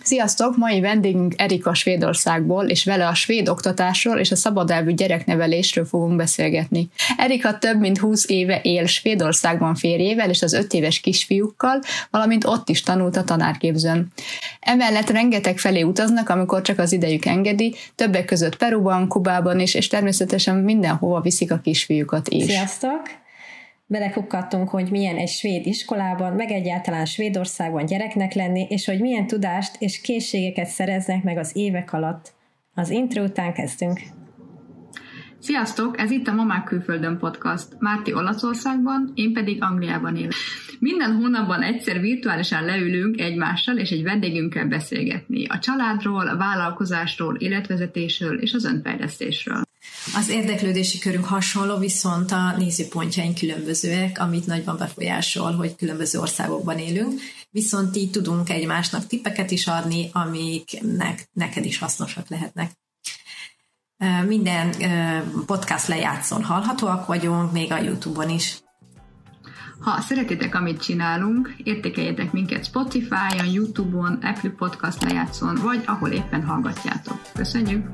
Sziasztok! Mai vendégünk Erika Svédországból, és vele a svéd oktatásról és a szabadelvű gyereknevelésről fogunk beszélgetni. Erika több mint 20 éve él Svédországban férjével és az 5 éves kisfiúkkal, valamint ott is tanult a tanárképzőn. Emellett rengeteg felé utaznak, amikor csak az idejük engedi, többek között Peruban, Kubában is, és természetesen mindenhova viszik a kisfiúkat is. Sziasztok! Belekukkadtunk, hogy milyen egy svéd iskolában, meg egyáltalán Svédországban gyereknek lenni, és hogy milyen tudást és készségeket szereznek meg az évek alatt. Az intro után kezdünk. Sziasztok! Ez itt a Mamák Külföldön podcast. Márti Olaszországban, én pedig Angliában élek. Minden hónapban egyszer virtuálisan leülünk egymással és egy vendégünkkel beszélgetni. A családról, a vállalkozásról, életvezetésről és az önfejlesztésről. Az érdeklődési körünk hasonló, viszont a nézőpontjaink különbözőek, amit nagyban befolyásol, hogy különböző országokban élünk, viszont így tudunk egymásnak tippeket is adni, amik neked is hasznosak lehetnek. Minden podcast lejátszón hallhatóak vagyunk, még a YouTube-on is. Ha szeretitek, amit csinálunk, értékeljetek minket Spotify-on, YouTube-on, Apple Podcast lejátszón, vagy ahol éppen hallgatjátok. Köszönjük!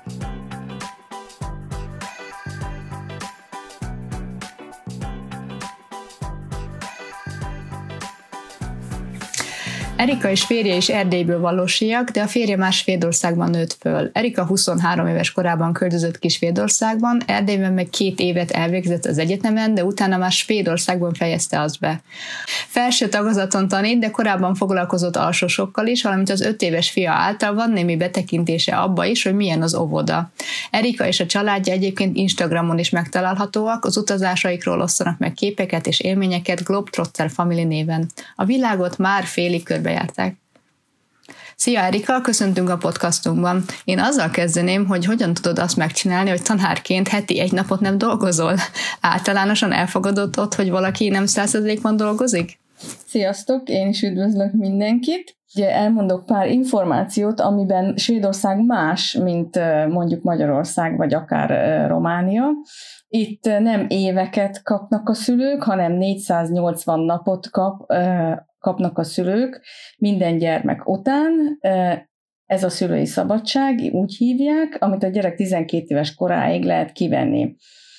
Erika és férje is Erdélyből valósiak, de a férje már Svédországban nőtt föl. Erika 23 éves korában költözött ki Svédországban, Erdélyben meg 2 évet elvégzett az egyetemen, de utána már Svédországban fejezte azt be. Felső tagozaton tanít, de korábban foglalkozott alsósokkal is, valamint az 5 éves fia által van némi betekintése abba is, hogy milyen az óvoda. Erika és a családja egyébként Instagramon is megtalálhatóak, az utazásaikról osztanak meg képeket és élményeket Globetrotter Family néven. A világot már félig körbejárták. Szia Erika, köszöntünk a podcastunkban. Én azzal kezdeném, hogy hogyan tudod azt megcsinálni, hogy tanárként heti 1 napot nem dolgozol? Általánosan elfogadott ott, hogy valaki nem 100%-ban dolgozik? Sziasztok, én is üdvözlök mindenkit. Ugye elmondok pár információt, amiben Svédország más, mint mondjuk Magyarország, vagy akár Románia. Itt nem éveket kapnak a szülők, hanem 480 napot kapnak a szülők minden gyermek után. Ez a szülői szabadság, úgy hívják, amit a gyerek 12 éves koráig lehet kivenni.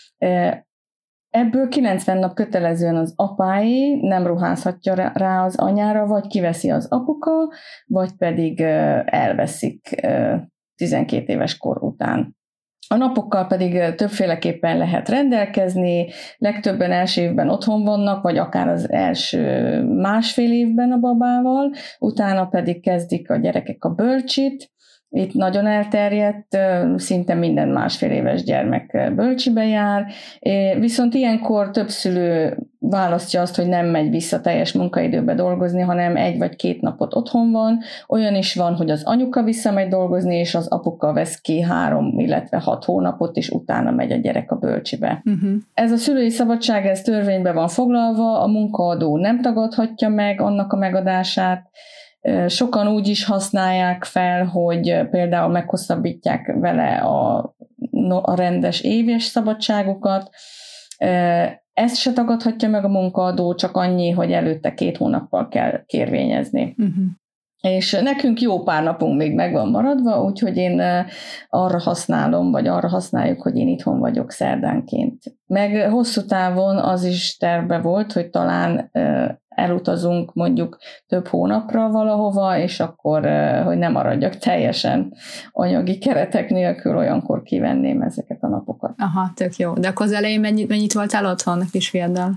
Ebből 90 nap kötelezően az apáé, nem ruházhatja rá az anyára, vagy kiveszi az apuka, vagy pedig elveszik 12 éves kor után. A napokkal pedig többféleképpen lehet rendelkezni, legtöbben első évben otthon vannak, vagy akár az első 1,5 évben a babával, utána pedig kezdik a gyerekek a bölcsit. Itt nagyon elterjedt, szinte minden 1,5 éves gyermek bölcsibe jár, viszont ilyenkor több szülő választja azt, hogy nem megy vissza teljes munkaidőbe dolgozni, hanem 1 vagy 2 napot otthon van. Olyan is van, hogy az anyuka visszamegy dolgozni, és az apuka vesz ki 3, illetve 6 hónapot, és utána megy a gyerek a bölcsibe. Uh-huh. Ez a szülői szabadság, ez törvényben van foglalva, a munkaadó nem tagadhatja meg annak a megadását. Sokan úgy is használják fel, hogy például meghosszabbítják vele a rendes éves szabadságokat. Ezt se tagadhatja meg a munkaadó, csak annyi, hogy előtte 2 hónappal kell kérvényezni. Uh-huh. És nekünk jó pár napunk még meg van maradva, úgyhogy én arra használom, vagy arra használjuk, hogy én itthon vagyok szerdánként. Meg hosszú távon az is terve volt, hogy talán elutazunk mondjuk több hónapra valahova, és akkor, hogy nem maradjak teljesen anyagi keretek nélkül, olyankor kivenném ezeket a napokat. Aha, tök jó. De akkor az elején mennyit voltál otthon a kisfiaddal?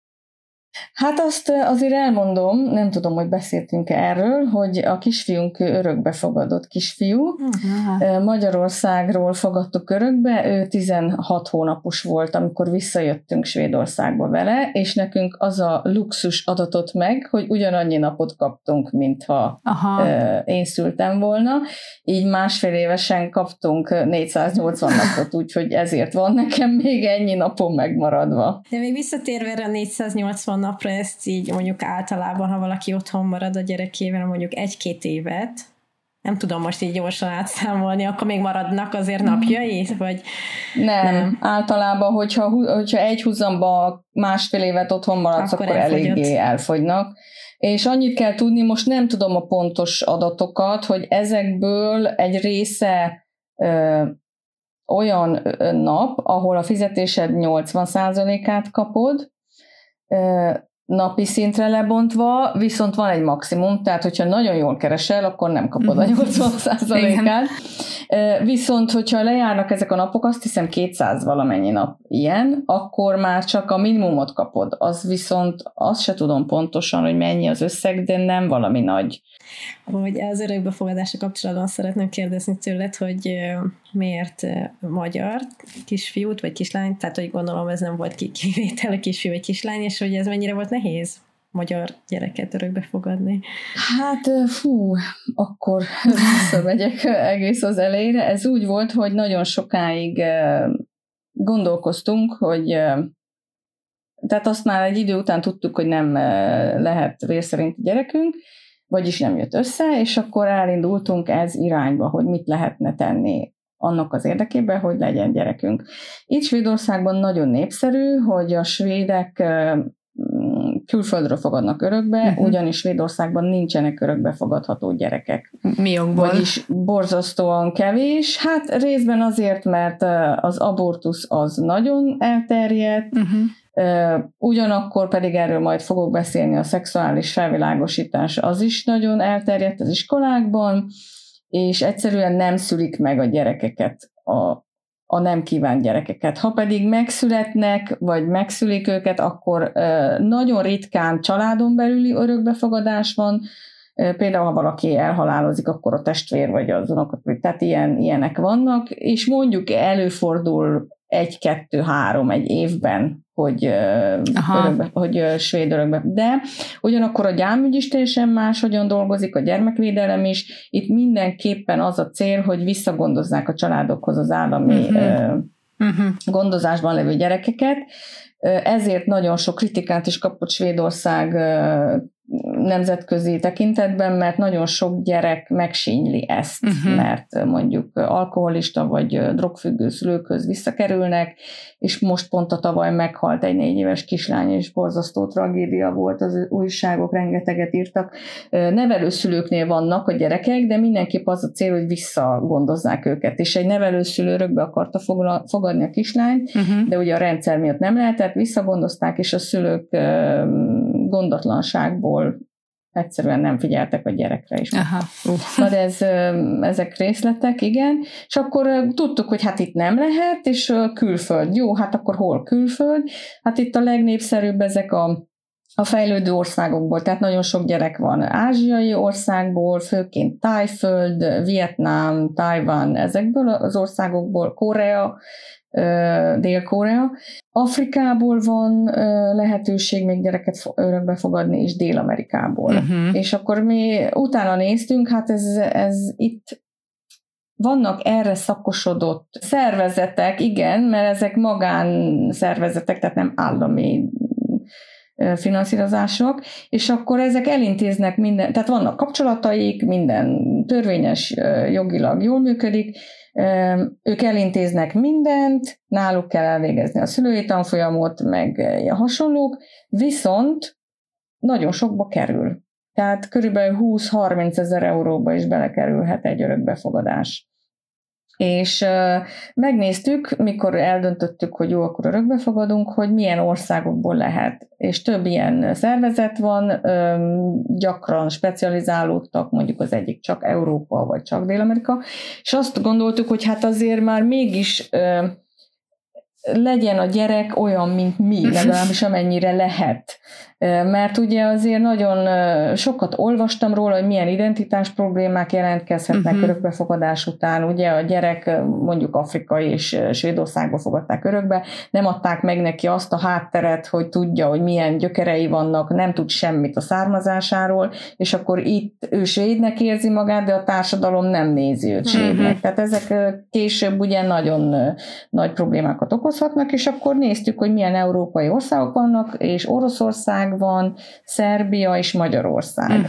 Hát azt azért elmondom, nem tudom, hogy beszéltünk erről, hogy a kisfiunk örökbefogadott kisfiú. Uh-huh. Magyarországról fogadtuk örökbe, ő 16 hónapos volt, amikor visszajöttünk Svédországba vele, és nekünk az a luxus adatott meg, hogy ugyanannyi napot kaptunk, mintha én szültem volna. Így 1,5 évesen kaptunk 480 napot, úgyhogy ezért van nekem még ennyi napon megmaradva. De még visszatérve erre a 480 napra, ezt így mondjuk általában, ha valaki otthon marad a gyerekével mondjuk 1-2 évet, nem tudom most így gyorsan átszámolni, akkor még maradnak azért napjai? Vagy nem. Általában, hogyha egy húzamba 1,5 évet otthon maradsz, akkor eléggé elfogynak. És annyit kell tudni, most nem tudom a pontos adatokat, hogy ezekből egy része olyan nap, ahol a fizetésed 80%-át kapod, napi szintre lebontva, viszont van egy maximum, tehát hogyha nagyon jól keresel, akkor nem kapod a 80%-át. Viszont, hogyha lejárnak ezek a napok, azt hiszem 200 valamennyi nap ilyen, akkor már csak a minimumot kapod. Az viszont azt se tudom pontosan, hogy mennyi az összeg, de nem valami nagy. Hogy az örökbefogadása kapcsolatban szeretném kérdezni tőled, hogy miért magyar kisfiút vagy kislányt, tehát hogy gondolom ez nem volt kivétel a kisfiú vagy kislány, és hogy ez mennyire volt nehéz magyar gyereket örökbefogadni? Hát akkor visszamegyek egész az elejére. Ez úgy volt, hogy nagyon sokáig gondolkoztunk, hogy tehát azt már egy idő után tudtuk, hogy nem lehet vér szerinti gyerekünk, vagyis nem jött össze, és akkor elindultunk ez irányba, hogy mit lehetne tenni annak az érdekében, hogy legyen gyerekünk. Itt Svédországban nagyon népszerű, hogy a svédek külföldről fogadnak örökbe, ugyanis Svédországban nincsenek örökbefogadható gyerekek. Mi jogból? Vagyis borzasztóan kevés. Hát részben azért, mert az abortusz az nagyon elterjedt, ugyanakkor pedig erről majd fogok beszélni, a szexuális felvilágosítás az is nagyon elterjedt az iskolákban, és egyszerűen nem szülik meg a gyerekeket, a nem kívánt gyerekeket. Ha pedig megszületnek, vagy megszülik őket, akkor nagyon ritkán családon belüli örökbefogadás van. Például, ha valaki elhalálozik, akkor a testvér vagy az unokat, tehát ilyenek vannak, és mondjuk előfordul 1-2-3 egy évben, hogy svéd örökbe. De ugyanakkor a gyámügy is teljesen máshogyan dolgozik, a gyermekvédelem is. Itt mindenképpen az a cél, hogy visszagondozzák a családokhoz az állami gondozásban levő gyerekeket. Ezért nagyon sok kritikát is kapott Svédország nemzetközi tekintetben, mert nagyon sok gyerek megsínyli ezt, mert mondjuk alkoholista vagy drogfüggő szülőkhöz visszakerülnek, és most pont a tavaly meghalt egy 4 éves kislány, és borzasztó tragédia volt, az újságok rengeteget írtak. Nevelőszülőknél vannak a gyerekek, de mindenképp az a cél, hogy visszagondozzák őket, és egy nevelőszülő örökbe akarta fogadni a kislányt, de ugye a rendszer miatt nem lehetett, visszagondozták, és a szülők gondatlanságból egyszerűen nem figyeltek a gyerekre is. Na de ezek részletek, igen. És akkor tudtuk, hogy hát itt nem lehet, és külföld. Jó, hát akkor hol külföld? Hát itt a legnépszerűbb ezek a fejlődő országokból, tehát nagyon sok gyerek van ázsiai országból, főként Tájföld, Vietnám, Tajvan, ezekből az országokból, Korea, Dél-Korea. Afrikából van lehetőség még gyereket örökbe fogadni, és Dél-Amerikából. És akkor mi utána néztünk, hát ez itt vannak erre szakosodott szervezetek, igen, mert ezek magánszervezetek, tehát nem állami finanszírozások, és akkor ezek elintéznek minden, tehát vannak kapcsolataik, minden törvényes, jogilag jól működik, ők elintéznek mindent, náluk kell elvégezni a szülői tanfolyamot, meg hasonlók, viszont nagyon sokba kerül. Tehát körülbelül 20-30 ezer euróba is belekerülhet egy örökbefogadás. És megnéztük, mikor eldöntöttük, hogy jó, akkor örökbefogadunk, hogy milyen országokból lehet. És több ilyen szervezet van, gyakran specializálódtak, mondjuk az egyik csak Európa, vagy csak Dél-Amerika, és azt gondoltuk, hogy hát azért már mégis legyen a gyerek olyan, mint mi, legalábbis amennyire lehet. Mert ugye azért nagyon sokat olvastam róla, hogy milyen identitás problémák jelentkezhetnek örökbefogadás után. Ugye a gyerek mondjuk afrikai és Svédországba fogadták örökbe, nem adták meg neki azt a hátteret, hogy tudja, hogy milyen gyökerei vannak, nem tud semmit a származásáról, és akkor itt ő svédnek érzi magát, de a társadalom nem nézi őt svédnek. Tehát ezek később ugye nagyon nagy problémákat okozhatnak, és akkor néztük, hogy milyen európai országok vannak, és Oroszország van, Szerbia és Magyarország,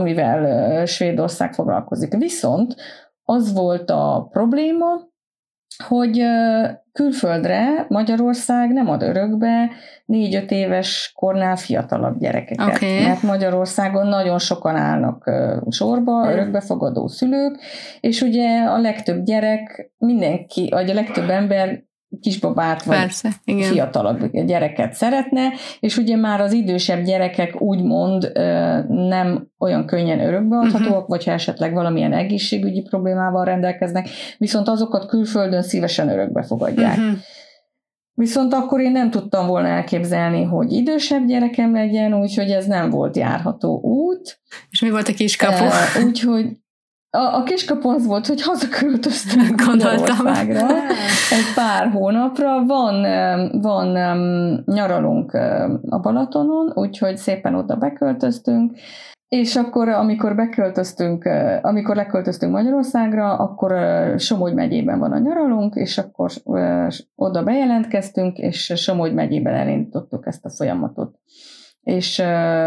amivel Svédország foglalkozik. Viszont az volt a probléma, hogy külföldre Magyarország nem ad örökbe 4-5 éves kornál fiatalabb gyerekeket. Okay. Mert Magyarországon nagyon sokan állnak sorba, örökbefogadó szülők, és ugye a legtöbb gyerek, mindenki, vagy a legtöbb ember kisbabát vagy Persze, igen. fiatalabb gyereket szeretne, és ugye már az idősebb gyerekek úgymond nem olyan könnyen örökbeadhatóak, vagy ha esetleg valamilyen egészségügyi problémával rendelkeznek, viszont azokat külföldön szívesen örökbefogadják. Viszont akkor én nem tudtam volna elképzelni, hogy idősebb gyerekem legyen, úgyhogy ez nem volt járható út. És mi volt a kiskapu? Úgyhogy a kiskapu az volt, hogy hazaköltöztünk Magyarországra egy pár hónapra. Van nyaralunk a Balatonon, úgyhogy szépen oda beköltöztünk, és akkor, amikor leköltöztünk Magyarországra, akkor Somogy megyében van a nyaralunk, és akkor oda bejelentkeztünk, és Somogy megyében elindítottuk ezt a folyamatot. És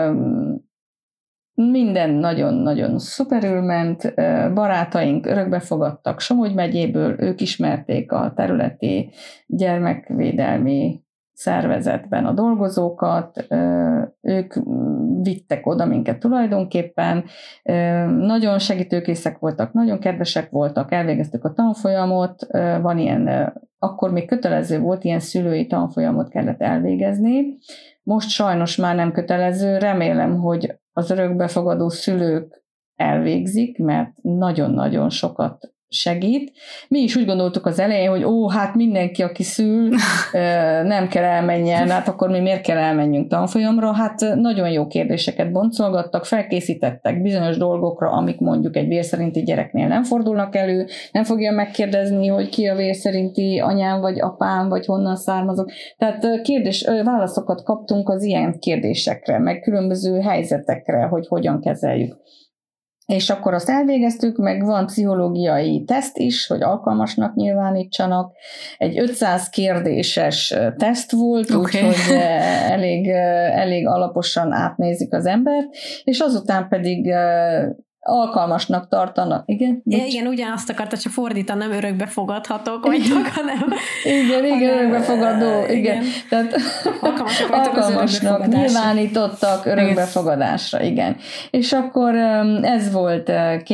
minden nagyon-nagyon szuperül ment, barátaink örökbefogadtak Somogy megyéből, ők ismerték a területi gyermekvédelmi szervezetben a dolgozókat, ők vittek oda minket tulajdonképpen, nagyon segítőkészek voltak, nagyon kedvesek voltak, elvégeztük a tanfolyamot, van ilyen, akkor még kötelező volt, ilyen szülői tanfolyamot kellett elvégezni, most sajnos már nem kötelező, remélem, hogy az örökbefogadó szülők elvégzik, mert nagyon-nagyon sokat segít. Mi is úgy gondoltuk az elején, hogy hát mindenki, aki szül, nem kell elmenjen, hát akkor mi miért kell elmenjünk tanfolyamra? Hát nagyon jó kérdéseket boncolgattak, felkészítettek bizonyos dolgokra, amik mondjuk egy vérszerinti gyereknél nem fordulnak elő, nem fogja megkérdezni, hogy ki a vérszerinti anyám, vagy apám, vagy honnan származok. Tehát válaszokat kaptunk az ilyen kérdésekre, meg különböző helyzetekre, hogy hogyan kezeljük. És akkor azt elvégeztük, meg van pszichológiai teszt is, hogy alkalmasnak nyilvánítsanak. Egy 500 kérdéses teszt volt, úgyhogy elég alaposan átnézik az embert, és azután pedig alkalmasnak tartanak. Igen? Igen, ugyanazt akarta, csak fordítani, nem örökbefogadhatók vagytok, hanem... Igen, örökbefogadó. Igen. Tehát alkalmasnak nyilvánítottak örökbefogadásra. Igen. És akkor ez volt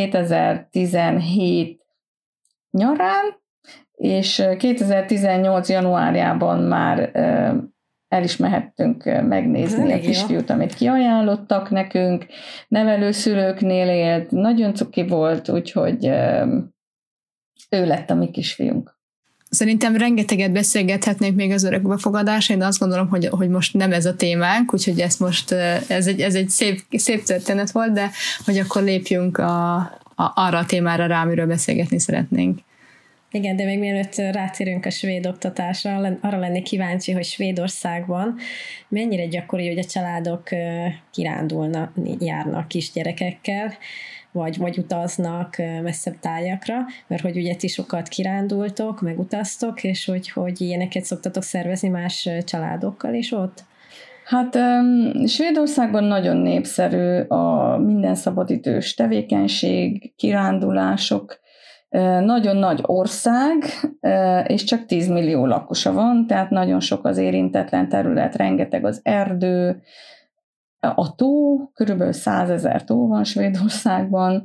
2017 nyarán, és 2018 januárjában már el is mehettünk megnézni a kisfiút, amit kiajánlottak nekünk. Nevelőszülőknél élt, nagyon cuki volt, úgyhogy ő lett a mi kisfiunk. Szerintem rengeteget beszélgethetnénk még az örökbefogadásra, de azt gondolom, hogy most nem ez a témánk, úgyhogy ezt most, ez egy szép történet volt, de hogy akkor lépjünk arra a témára rá, amiről beszélgetni szeretnénk. Igen, de még mielőtt rátérünk a svéd oktatásra, arra lennék kíváncsi, hogy Svédországban mennyire gyakori, hogy a családok kirándulnak, járnak kisgyerekekkel, vagy utaznak messzebb tájakra, mert hogy ugye ti sokat kirándultok, meg utaztok, és hogy ilyeneket szoktatok szervezni más családokkal is ott? Hát Svédországban nagyon népszerű a minden szabadidős tevékenység, kirándulások, nagyon nagy ország, és csak 10 millió lakosa van, tehát nagyon sok az érintetlen terület, rengeteg az erdő, a tó, körülbelül 100 000 tó van Svédországban,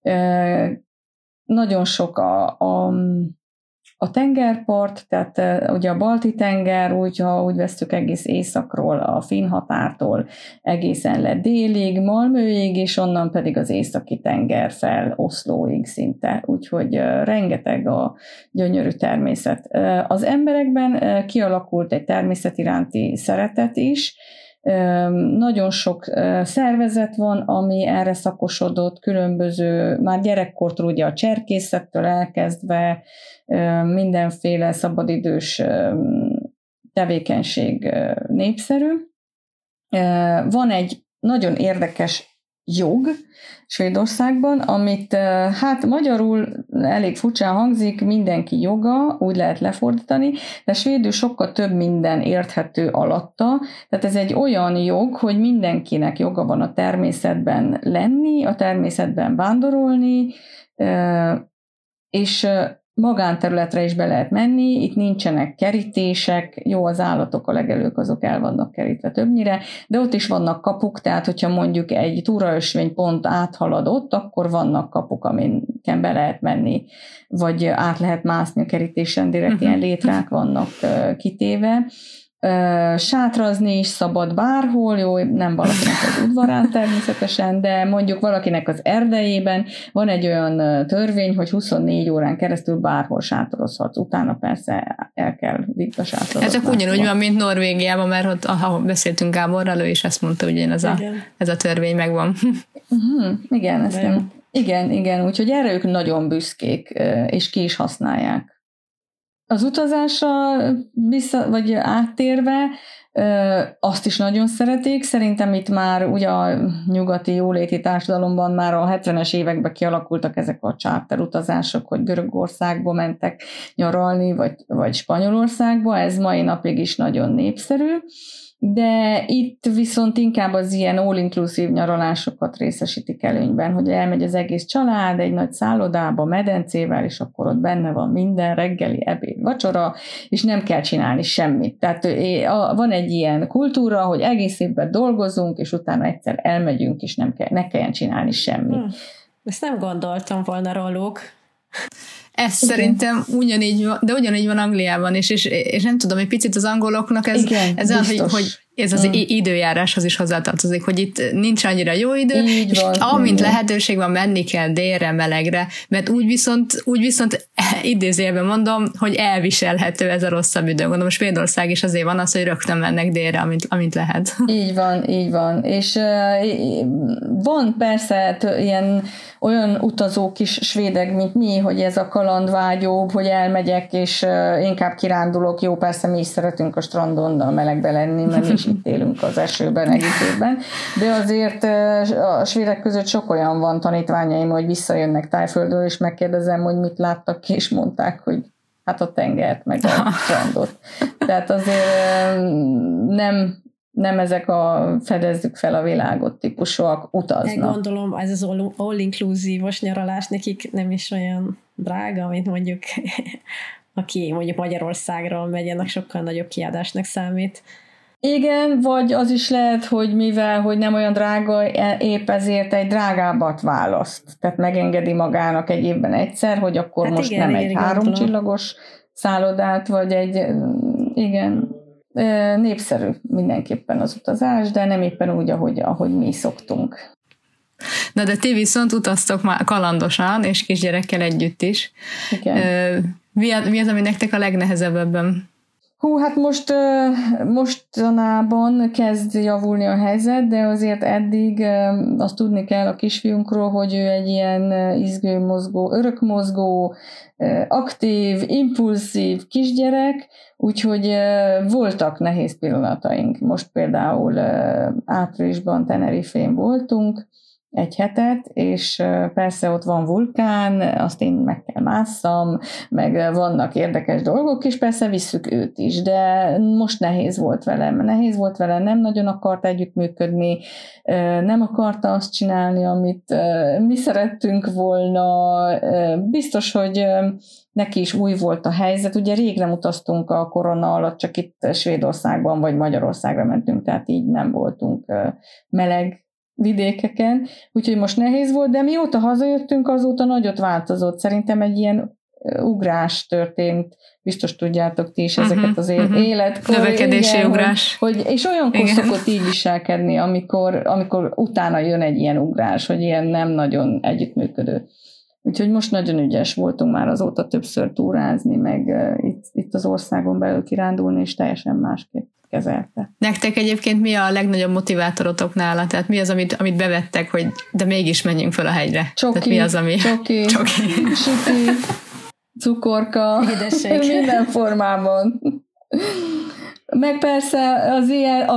nagyon sok a tengerpart, tehát ugye a Balti-tenger, ha úgy vesztük egész északról, a finn határtól egészen le délig, Malmöig, és onnan pedig az északi tenger fel Oszlóig szinte, úgyhogy rengeteg a gyönyörű természet. Az emberekben kialakult egy természet iránti szeretet is, nagyon sok szervezet van, ami erre szakosodott, különböző, már gyerekkortól ugye a cserkészettől elkezdve mindenféle szabadidős tevékenység népszerű. Van egy nagyon érdekes jog Svédországban, amit hát magyarul elég furcsán hangzik, mindenki joga, úgy lehet lefordítani, de svédül sokkal több minden érthető alatta. Tehát ez egy olyan jog, hogy mindenkinek joga van a természetben lenni, a természetben vándorolni, és magánterületre is be lehet menni, itt nincsenek kerítések, jó, az állatok, a legelők azok el vannak kerítve többnyire, de ott is vannak kapuk, tehát hogyha mondjuk egy túraösvény pont áthaladott, akkor vannak kapuk, amiken be lehet menni, vagy át lehet mászni a kerítésen, direkt ilyen létrák vannak kitéve. Sátrazni is szabad bárhol, jó, nem valakinek az udvarán természetesen, de mondjuk valakinek az erdejében van egy olyan törvény, hogy 24 órán keresztül bárhol sátorozhatsz, utána persze el kell visszasátradozni. Ez csak ugyanúgy van, mint Norvégiában, mert ott, ahol beszéltünk Gáborral, ő is ezt mondta, hogy ez a törvény megvan. Igen, igen, úgyhogy erre ők nagyon büszkék, és ki is használják. Az utazásra vagy áttérve azt is nagyon szeretik. Szerintem itt már ugye a nyugati jóléti társadalomban már a 70-es években kialakultak ezek a charter utazások, hogy Görögországba mentek nyaralni, vagy Spanyolországba. Ez mai napig is nagyon népszerű. De itt viszont inkább az ilyen all-inclusive nyaralásokat részesítik előnyben, hogy elmegy az egész család egy nagy szállodába, medencével, és akkor ott benne van minden, reggeli, ebéd, vacsora, és nem kell csinálni semmit. Tehát van egy ilyen kultúra, hogy egész évben dolgozunk, és utána egyszer elmegyünk, és ne kelljen csinálni semmit. Ezt nem gondoltam volna róluk. Ez szerintem ugyanígy van, de ugyanígy van Angliában is, és nem tudom, egy picit az angoloknak ez olyan, hogy ez az időjáráshoz is hozzátartozik, hogy itt nincs annyira jó idő, és amint lehetőség van, menni kell délre, melegre, mert úgy viszont idézőjelben mondom, hogy elviselhető ez a rosszabb idő. Gondolom, Svédország is azért van az, hogy rögtön mennek délre, amint lehet. Így van. És van persze ilyen olyan utazók is svédek, mint mi, hogy ez a kalandvágyóbb, hogy elmegyek, és inkább kirándulok. Jó, persze mi is szeretünk a strandon a melegbe lenni, mert mi is itt élünk az esőben egész évben, de azért a svédek között sok olyan van tanítványaim, hogy visszajönnek Tájföldről, és megkérdezem, hogy mit láttak, és mondták, hogy hát a tengert, meg a strandot. Tehát azért nem ezek a fedezzük fel a világot típusúak utaznak. Gondolom, ez az all-inclusive-os nyaralás nekik nem is olyan drága, mint mondjuk aki mondjuk Magyarországról megy, ennek sokkal nagyobb kiadásnak számít. Igen, vagy az is lehet, hogy mivel hogy nem olyan drága, épp ezért egy drágábbat választ. Tehát megengedi magának egy évben egyszer, hogy akkor hát most igen, nem egy 3 csillagos szállodát, vagy egy, igen, népszerű mindenképpen az utazás, de nem éppen úgy, ahogy mi szoktunk. Na de ti viszont utaztok már kalandosan, és kisgyerekkel együtt is. Igen. Mi az, ami nektek a legnehezebb ebben? Hát mostanában kezd javulni a helyzet, de azért eddig azt tudni kell a kisfiunkról, hogy ő egy ilyen izgő mozgó, örökmozgó, aktív, impulszív kisgyerek, úgyhogy voltak nehéz pillanataink. Most például áprilisban Tenerifén voltunk, egy hetet, és persze ott van vulkán, azt én meg kell másszam, meg vannak érdekes dolgok, és persze visszük őt is, de most nehéz volt vele, nem nagyon akart együttműködni, nem akarta azt csinálni, amit mi szerettünk volna, biztos, hogy neki is új volt a helyzet, ugye rég nem utaztunk a korona alatt, csak itt Svédországban vagy Magyarországra mentünk, tehát így nem voltunk meleg vidékeken, úgyhogy most nehéz volt, de mióta hazajöttünk, azóta nagyot változott. Szerintem egy ilyen ugrás történt, biztos tudjátok ti is ezeket az életkor. Növekedési ugrás. És olyankor szokott így viselkedni, amikor utána jön egy ilyen ugrás, hogy ilyen nem nagyon együttműködő. Úgyhogy most nagyon ügyes voltunk már azóta többször túrázni, meg itt az országon belül kirándulni, és teljesen másképp kezelte. Nektek egyébként mi a legnagyobb motivátorotok nála? Tehát mi az, amit bevettek, hogy de mégis menjünk fel a hegyre? Csoki, mi az, ami... Csoki, süti, cukorka, minden formában. Meg persze az ilyen,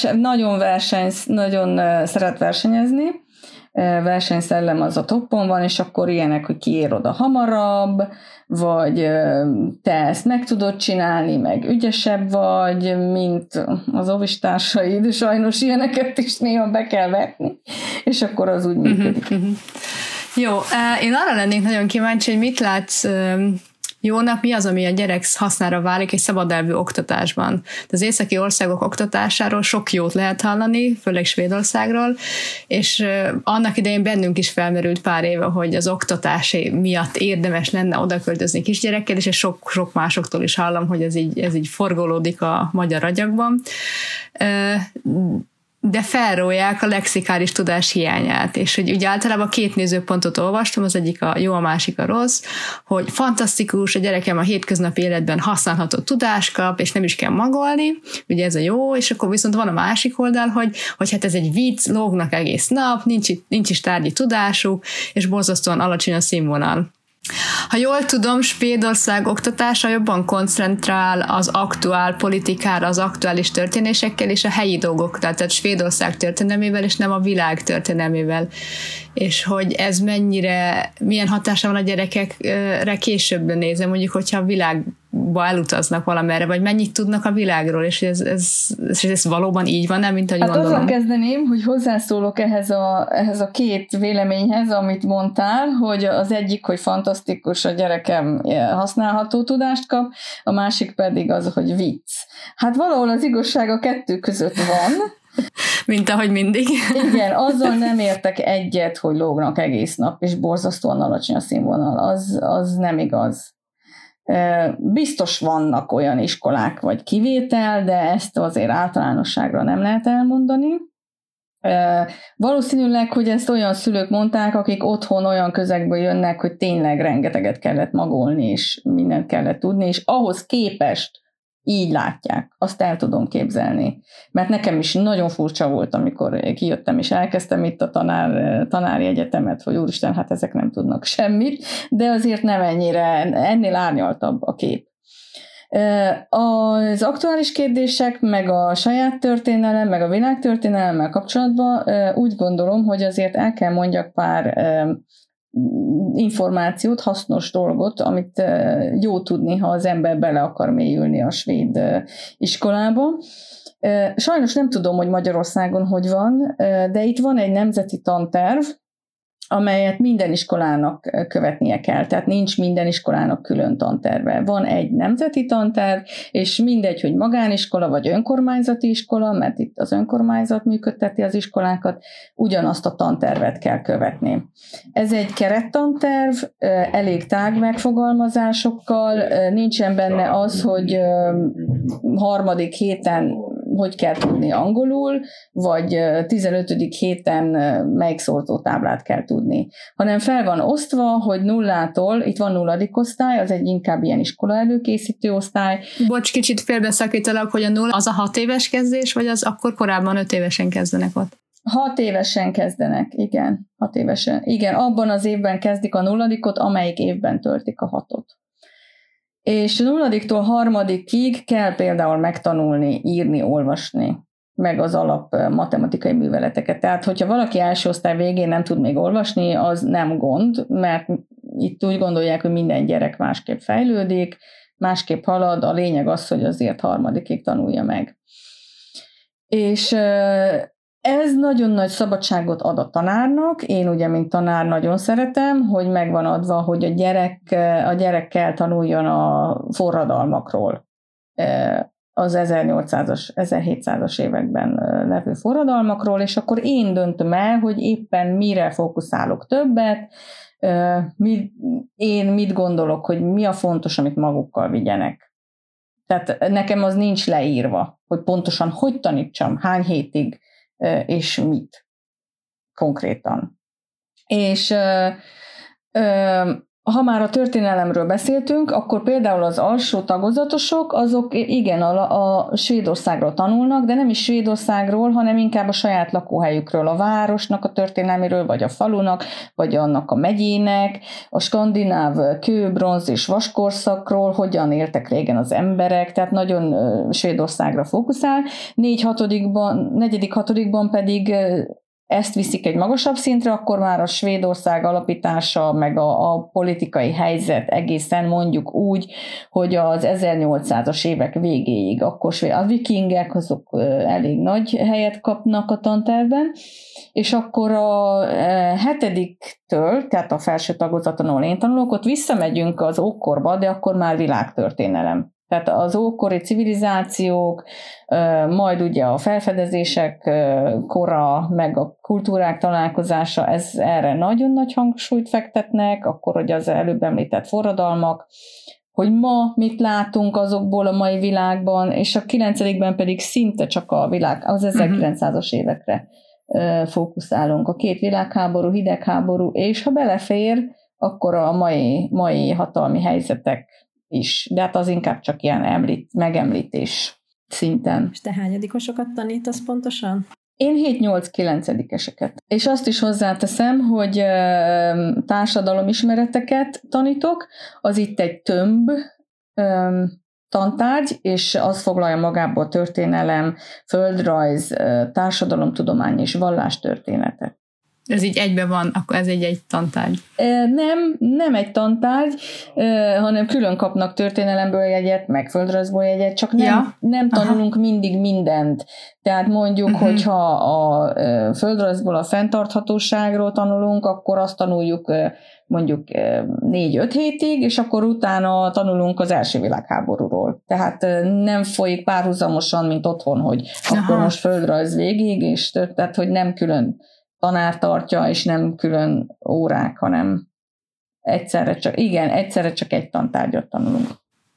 nagyon szeret versenyezni, versenyszellem az a toppon van, és akkor ilyenek, hogy kiér oda hamarabb, vagy te ezt meg tudod csinálni, meg ügyesebb vagy, mint az ovistársaid, de sajnos ilyeneket is néha be kell vetni, és akkor az úgy működik. Jó, én arra lennék nagyon kíváncsi, hogy mit látsz jónak mi az, ami a gyerek hasznára válik egy szabadelvű oktatásban. Az északi országok oktatásáról sok jót lehet hallani, főleg Svédországról, és annak idején bennünk is felmerült pár éve, hogy az oktatás miatt érdemes lenne odaköltözni kisgyerekkel, és sok másoktól is hallom, hogy ez így forgolódik a magyar agyakban. De felrólják a lexikális tudás hiányát, és hogy ugye általában 2 nézőpontot olvastam, az egyik a jó, a másik a rossz, hogy fantasztikus, a gyerekem a hétköznapi életben használható tudást kap, és nem is kell magolni, ugye ez a jó, és akkor viszont van a másik oldal, hogy hát ez egy vicc, lógnak egész nap, nincs is tárgyi tudásuk, és borzasztóan alacsony a színvonal. Ha jól tudom, Svédország oktatása jobban koncentrál az aktuál politikára, az aktuális történésekkel és a helyi dolgokkal, tehát Svédország történelmével és nem a világ történelmével. És hogy ez milyen hatása van a gyerekekre később nézve, mondjuk, hogyha a világba elutaznak valamerre, vagy mennyit tudnak a világról, és ez valóban így van, nem, mint ahogy gondolom. Azzal kezdeném, hogy hozzászólok ehhez a 2 véleményhez, amit mondtál, hogy az egyik, hogy fantasztikus, a gyerekem használható tudást kap, a másik pedig az, hogy vicc. Hát valahol az igazság a 2 között van. Mint ahogy mindig. Igen, azzal nem értek egyet, hogy lógnak egész nap, és borzasztóan alacsony a színvonal. Az nem igaz. Biztos vannak olyan iskolák vagy kivétel, de ezt azért általánosságra nem lehet elmondani. Valószínűleg, hogy ezt olyan szülők mondták, akik otthon olyan közegből jönnek, hogy tényleg rengeteget kellett magolni, és mindent kellett tudni, és ahhoz képest így látják. Azt el tudom képzelni. Mert nekem is nagyon furcsa volt, amikor kijöttem, és elkezdtem itt a tanári egyetemet, hogy úristen, hát ezek nem tudnak semmit, de azért nem ennél árnyaltabb a kép. Az aktuális kérdések, meg a saját történelem, meg a világtörténelemmel kapcsolatban úgy gondolom, hogy azért el kell mondjak pár információt, hasznos dolgot, amit jó tudni, ha az ember bele akar mélyülni a svéd iskolába. Sajnos nem tudom, hogy Magyarországon hogy van, de itt van egy nemzeti tanterv, amelyet minden iskolának követnie kell. Tehát nincs minden iskolának külön tanterve. Van egy nemzeti tanterv, és mindegy, hogy magániskola vagy önkormányzati iskola, mert itt az önkormányzat működteti az iskolákat, ugyanazt a tantervet kell követni. Ez egy kerettanterv, elég tág megfogalmazásokkal, nincsen benne az, hogy 3. héten hogy kell tudni angolul, vagy 15. héten melyik szorzótáblát kell tudni. Hanem fel van osztva, hogy 0-tól, itt van 0. osztály, az egy inkább ilyen iskola előkészítő osztály. Bocs, kicsit félbeszakítalak, hogy a 0 az a 6 éves kezdés, vagy az akkor korábban 5 évesen kezdenek ott? 6 évesen kezdenek, igen. 6 évesen. Igen, abban az évben kezdik a 0-ot, amelyik évben töltik a 6-ot. És 0-tól 3-ig kell például megtanulni, írni, olvasni, meg az alap matematikai műveleteket. Tehát, hogyha valaki első osztály végén nem tud még olvasni, az nem gond, mert itt úgy gondolják, hogy minden gyerek másképp fejlődik, másképp halad, a lényeg az, hogy azért 3-ig tanulja meg. És ez nagyon nagy szabadságot ad a tanárnak, én ugye, mint tanár nagyon szeretem, hogy megvan adva, hogy a gyerek kell tanuljon a forradalmakról, az 1800-as, 1700-as években levő forradalmakról, és akkor én döntöm el, hogy éppen mire fókuszálok többet, én mit gondolok, hogy mi a fontos, amit magukkal vigyenek. Tehát nekem az nincs leírva, hogy pontosan hogy tanítsam, hány hétig, és mit konkrétan. És ha már a történelemről beszéltünk, akkor például az alsó tagozatosok, azok igen a Svédországról tanulnak, de nem is Svédországról, hanem inkább a saját lakóhelyükről, a városnak a történelméről, vagy a falunak, vagy annak a megyének, a skandináv kő, bronz és vaskorszakról, hogyan éltek régen az emberek, tehát nagyon Svédországra fókuszál. 4.-6. pedig ezt viszik egy magasabb szintre, akkor már a Svédország alapítása, meg a politikai helyzet egészen mondjuk úgy, hogy az 1800-as évek végéig, akkor a vikingek azok elég nagy helyet kapnak a tantervben, és akkor a 7-től, tehát a felső tagozaton, ahol én tanulok, ott visszamegyünk az ókorba, de akkor már világtörténelem. Tehát az ókori civilizációk, majd ugye a felfedezések kora, meg a kultúrák találkozása, erre nagyon nagy hangsúlyt fektetnek, akkor hogy az előbb említett forradalmak, hogy ma mit látunk azokból a mai világban, és a 9-ben pedig szinte csak az 1900-as évekre fókuszálunk. A 2 világháború, hidegháború, és ha belefér, akkor a mai hatalmi helyzetek is, de hát az inkább csak ilyen megemlítés szinten. És te hányadikosokat tanítasz pontosan? Én 7-8-9-eseket. És azt is hozzáteszem, hogy társadalomismereteket tanítok, az itt egy tömb tantárgy, és az foglalja magába a történelem, földrajz, társadalomtudomány és vallástörténetet. Ez így egyben van, akkor ez egy tantárgy. Nem egy tantárgy, hanem külön kapnak történelemből jegyet, meg földrajzból jegyet, csak nem tanulunk mindig mindent. Tehát mondjuk, hogyha a földrajzból a fenntarthatóságról tanulunk, akkor azt tanuljuk mondjuk 4-5 hétig, és akkor utána tanulunk az első világháborúról. Tehát nem folyik párhuzamosan, mint otthon, hogy akkor most földrajz végig, és tehát, hogy nem külön tanár tartja, és nem külön órák, hanem egyszerre csak egy tantárgyat tanulunk.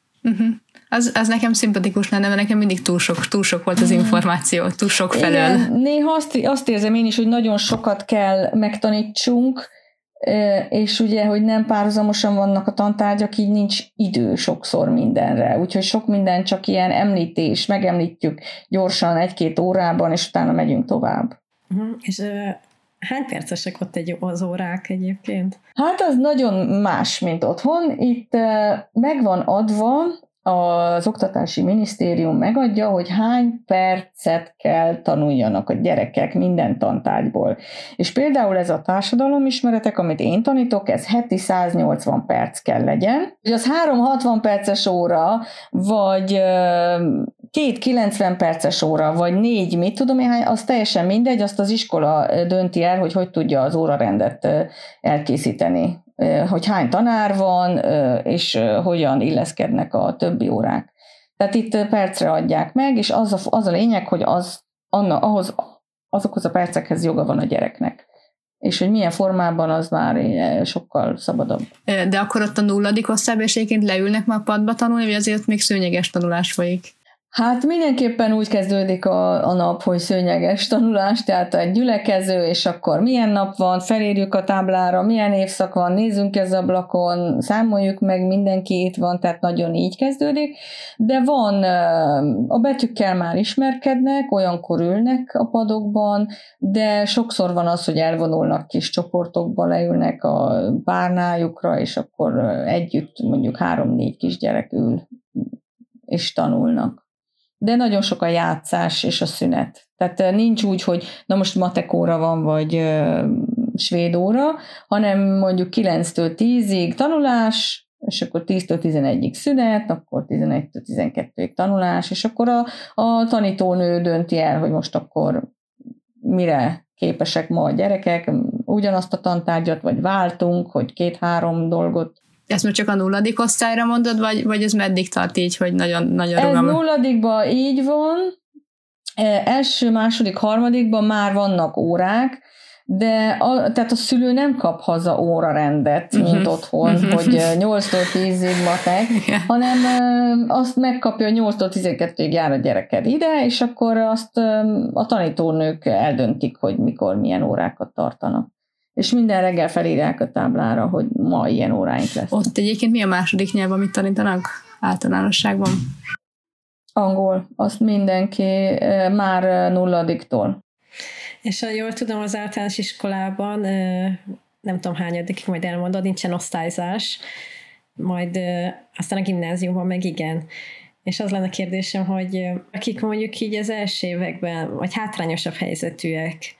Az nekem szimpatikus lenne, mert nekem mindig túl sok volt az információ, túl sok felől. Igen, néha azt érzem én is, hogy nagyon sokat kell megtanítsunk, és ugye, hogy nem párhuzamosan vannak a tantárgyak, így nincs idő sokszor mindenre. Úgyhogy sok minden csak ilyen említés, megemlítjük gyorsan 1-2 órában, és utána megyünk tovább. És hány percesek ott az órák egyébként? Hát az nagyon más, mint otthon. Itt meg van adva, az Oktatási Minisztérium megadja, hogy hány percet kell tanuljanak a gyerekek minden tantárgyból. És például ez a társadalomismeretek, amit én tanítok, ez heti 180 perc kell legyen. És az 3 60 perces óra, vagy 2 90 perces óra, vagy 4, mit tudom én, az teljesen mindegy, azt az iskola dönti el, hogy tudja az órarendet elkészíteni. Hogy hány tanár van, és hogyan illeszkednek a többi órák. Tehát itt percre adják meg, és az a lényeg, hogy azokhoz a percekhez joga van a gyereknek. És hogy milyen formában, az már sokkal szabadabb. De akkor ott a 0. osztályban egyébként leülnek már padba tanulni, vagy azért még szőnyeges tanulás folyik? Hát mindenképpen úgy kezdődik a nap, hogy szőnyeges tanulás, tehát egy gyülekező, és akkor milyen nap van, felírjuk a táblára, milyen évszak van, nézzünk az ablakon, számoljuk meg, mindenki itt van, tehát nagyon így kezdődik, de van, a betűkkel már ismerkednek, olyankor ülnek a padokban, de sokszor van az, hogy elvonulnak kis csoportokba, leülnek a párnájukra, és akkor együtt mondjuk 3-4 kisgyerek ül, és tanulnak. De nagyon sok a játszás és a szünet. Tehát nincs úgy, hogy na most matek óra van, vagy svéd óra, hanem mondjuk 9-től 10-ig tanulás, és akkor 10-től 11-ig szünet, akkor 11-től 12-ig tanulás, és akkor a tanítónő dönti el, hogy most akkor mire képesek ma a gyerekek, ugyanazt a tantárgyat, vagy váltunk, hogy 2-3 dolgot. Ezt most csak a 0. osztályra mondod, vagy ez meddig tart így, hogy nagyon rugalmas? Ez 0-ban így van, első, második, harmadikban már vannak órák, de tehát a szülő nem kap haza órarendet, mint otthon, hogy 8-tól 10-ig matek, hanem azt megkapja, hogy 8-tól 12-ig jár a gyereked ide, és akkor azt a tanítónők eldöntik, hogy mikor, milyen órákat tartanak. És minden reggel felírják a táblára, hogy ma ilyen óráink lesz. Ott egyébként mi a második nyelv, amit tanítanak általánosságban? Angol. Azt mindenki már 0-tól. És ha jól tudom, az általános iskolában, nem tudom hányadikig, majd elmondod, nincsen osztályzás, majd aztán a gimnáziumban meg igen. És az lenne a kérdésem, hogy akik mondjuk így az első években, vagy hátrányosabb helyzetűek,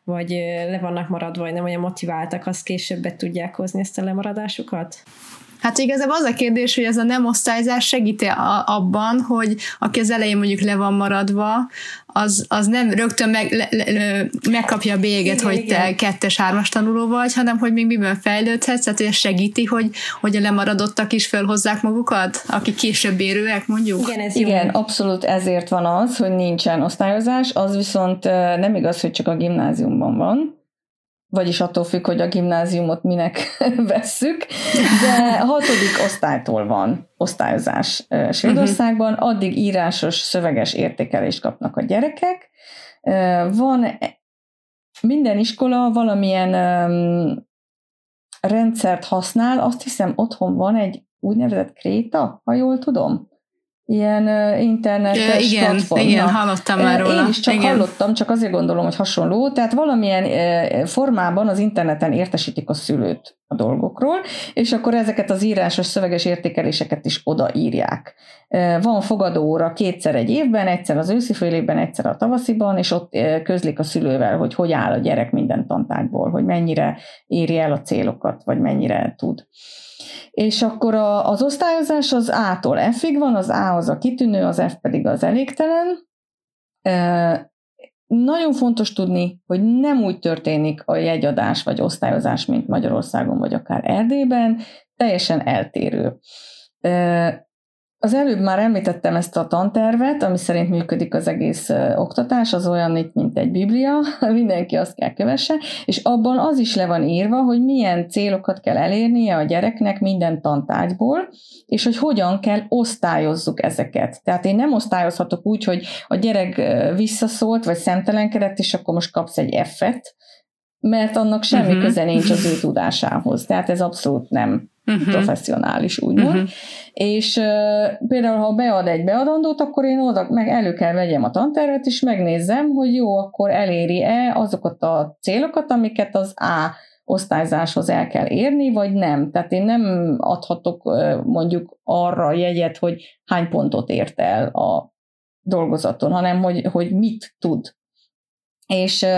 vagy le vannak maradva, vagy nem olyan motiváltak, azt később be tudják hozni ezt a lemaradásukat? Hát igazából az a kérdés, hogy ez a nem osztályzás segíti abban, hogy aki az elején mondjuk le van maradva, az nem rögtön megkapja a bélyeget, hogy te 2-3-as tanuló vagy, hanem hogy még miben fejlődhetsz, tehát hogy ez segíti, hogy a lemaradottak is fölhozzák magukat, akik később érőek, mondjuk. Igen, abszolút ezért van az, hogy nincsen osztályozás, az viszont nem igaz, hogy csak a gimnáziumban van, vagyis attól függ, hogy a gimnáziumot minek vesszük, de 6. osztálytól van osztályozás Svédországban, addig írásos, szöveges értékelést kapnak a gyerekek. Van minden iskola valamilyen rendszert használ, azt hiszem otthon van egy úgynevezett Kréta, ha jól tudom. Ilyen internetes platform. Igen, hallottam már róla. Én is csak hallottam, csak azért gondolom, hogy hasonló. Tehát valamilyen formában az interneten értesítik a szülőt a dolgokról, és akkor ezeket az írásos szöveges értékeléseket is odaírják. Van fogadóóra 2-szer egy évben, egyszer az őszi fél évben, egyszer a tavasziban, és ott közlik a szülővel, hogy áll a gyerek minden tantárgyból, hogy mennyire éri el a célokat, vagy mennyire tud. És akkor az osztályozás az A-tól F-ig van, az A az a kitűnő, az F pedig az elégtelen. Nagyon fontos tudni, hogy nem úgy történik a jegyadás vagy osztályozás, mint Magyarországon, vagy akár Erdélyben, teljesen eltérő. Az előbb már említettem ezt a tantervet, ami szerint működik az egész oktatás, az olyan, mint egy biblia, mindenki azt kell kövesse, és abban az is le van írva, hogy milyen célokat kell elérnie a gyereknek minden tantárgyból, és hogy hogyan kell osztályozzuk ezeket. Tehát én nem osztályozhatok úgy, hogy a gyerek visszaszólt, vagy szemtelenkedett, és akkor most kapsz egy F-et, mert annak semmi köze nincs az ő tudásához. Tehát ez abszolút nem professzionális, úgymond. És például, ha bead egy beadandót, akkor én oda meg elő kell vegyem a tantervet, és megnézzem, hogy jó, akkor eléri-e azokat a célokat, amiket az A osztályzáshoz el kell érni, vagy nem. Tehát én nem adhatok mondjuk arra jegyet, hogy hány pontot ért el a dolgozaton, hanem hogy mit tud. És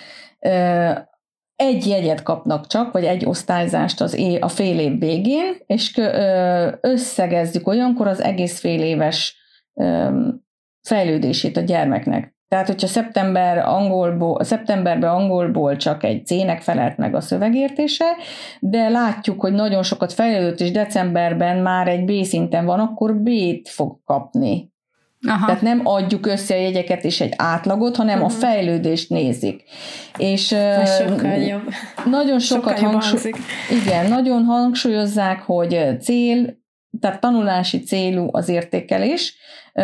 egy jegyet kapnak csak, vagy egy osztályzást a fél év végén, és összegezzük olyankor az egész fél éves fejlődését a gyermeknek. Tehát, hogyha szeptemberben angolból csak egy C-nek felelt meg a szövegértése, de látjuk, hogy nagyon sokat fejlődött, és decemberben már egy B szinten van, akkor B-t fog kapni. Aha. Tehát nem adjuk össze a jegyeket és egy átlagot, hanem a fejlődést nézik. És nagyon sokat nagyon hangsúlyozzák, hogy tehát tanulási célú az értékelés,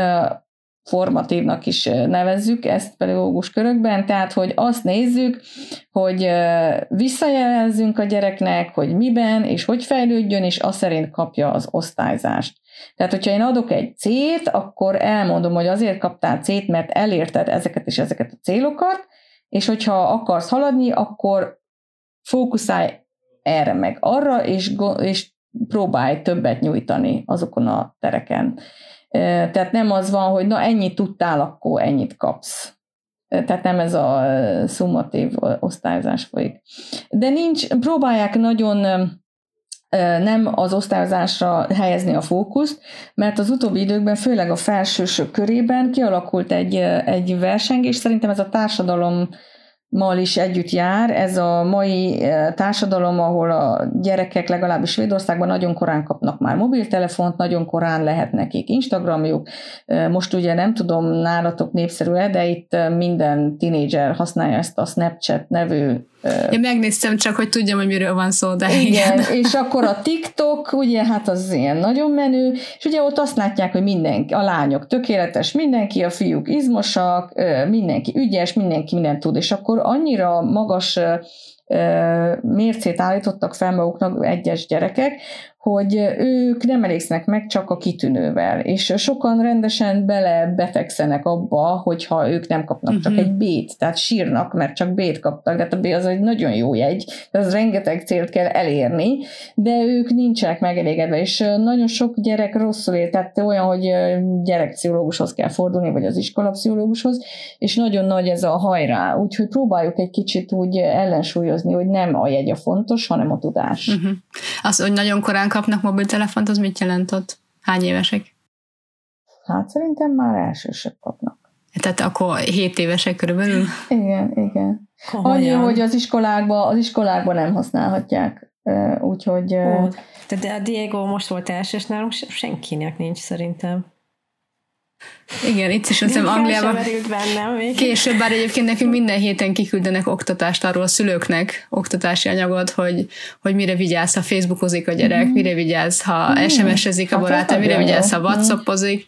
formatívnak is nevezzük ezt pedagógus körökben, tehát hogy azt nézzük, hogy visszajelezzünk a gyereknek, hogy miben és hogy fejlődjön, és azt szerint kapja az osztályzást. Tehát, hogyha én adok egy C-t, akkor elmondom, hogy azért kaptál C-t, mert elérted ezeket és ezeket a célokat, és hogyha akarsz haladni, akkor fókuszálj erre meg arra, és próbálj többet nyújtani azokon a tereken. Tehát nem az van, hogy na ennyit tudtál, akkor ennyit kapsz. Tehát nem ez a szummatív osztályozás folyik. De próbálják nagyon nem az osztályozásra helyezni a fókuszt, mert az utóbbi időkben, főleg a felsősök körében kialakult egy versengés, szerintem ez a társadalommal is együtt jár, ez a mai társadalom, ahol a gyerekek legalábbis Svédországban nagyon korán kapnak már mobiltelefont, nagyon korán lehet nekik Instagramjuk, most ugye nem tudom nálatok népszerű-e, de itt minden tinédzser használja ezt a Snapchat nevű. Én megnéztem csak, hogy tudjam, hogy miről van szó, de igen. És akkor a TikTok, ugye hát az ilyen nagyon menő, és ugye ott azt látják, hogy mindenki, a lányok tökéletes, mindenki, a fiúk izmosak, mindenki ügyes, mindenki mindent tud, és akkor annyira magas mércét állítottak fel maguknak egyes gyerekek, hogy ők nem elégszenek meg csak a kitűnővel, és sokan rendesen befekszenek abba, hogyha ők nem kapnak csak egy B-t, tehát sírnak, mert csak B-t kaptak, de a B az egy nagyon jó jegy, az rengeteg célt kell elérni, de ők nincsenek megelégedve, és nagyon sok gyerek rosszul él, tehát olyan, hogy gyerekpszichológushoz kell fordulni, vagy az iskolapszichológushoz, és nagyon nagy ez a hajrá, úgyhogy próbáljuk egy kicsit úgy ellensúlyozni, hogy nem a jegy a fontos, hanem a tudás. Az, hogy nagyon korán kapnak mobiltelefont, az mit jelent ott? Hány évesek? Hát szerintem már elsősök kapnak. Tehát akkor 7 évesek körülbelül? Igen. Annyi, hogy az iskolákban nem használhatják. Úgyhogy... De a Diego most volt elsős, nálunk senkinek nincs szerintem. Igen, itt is azt hiszem Angliában később, bár egyébként nekünk minden héten kiküldenek oktatást arról a szülőknek, oktatási anyagot, hogy mire vigyázz, ha Facebookozik a gyerek, mire vigyázz, ha SMS-ezik a barátom, mire vigyázz, ha WhatsAppozik.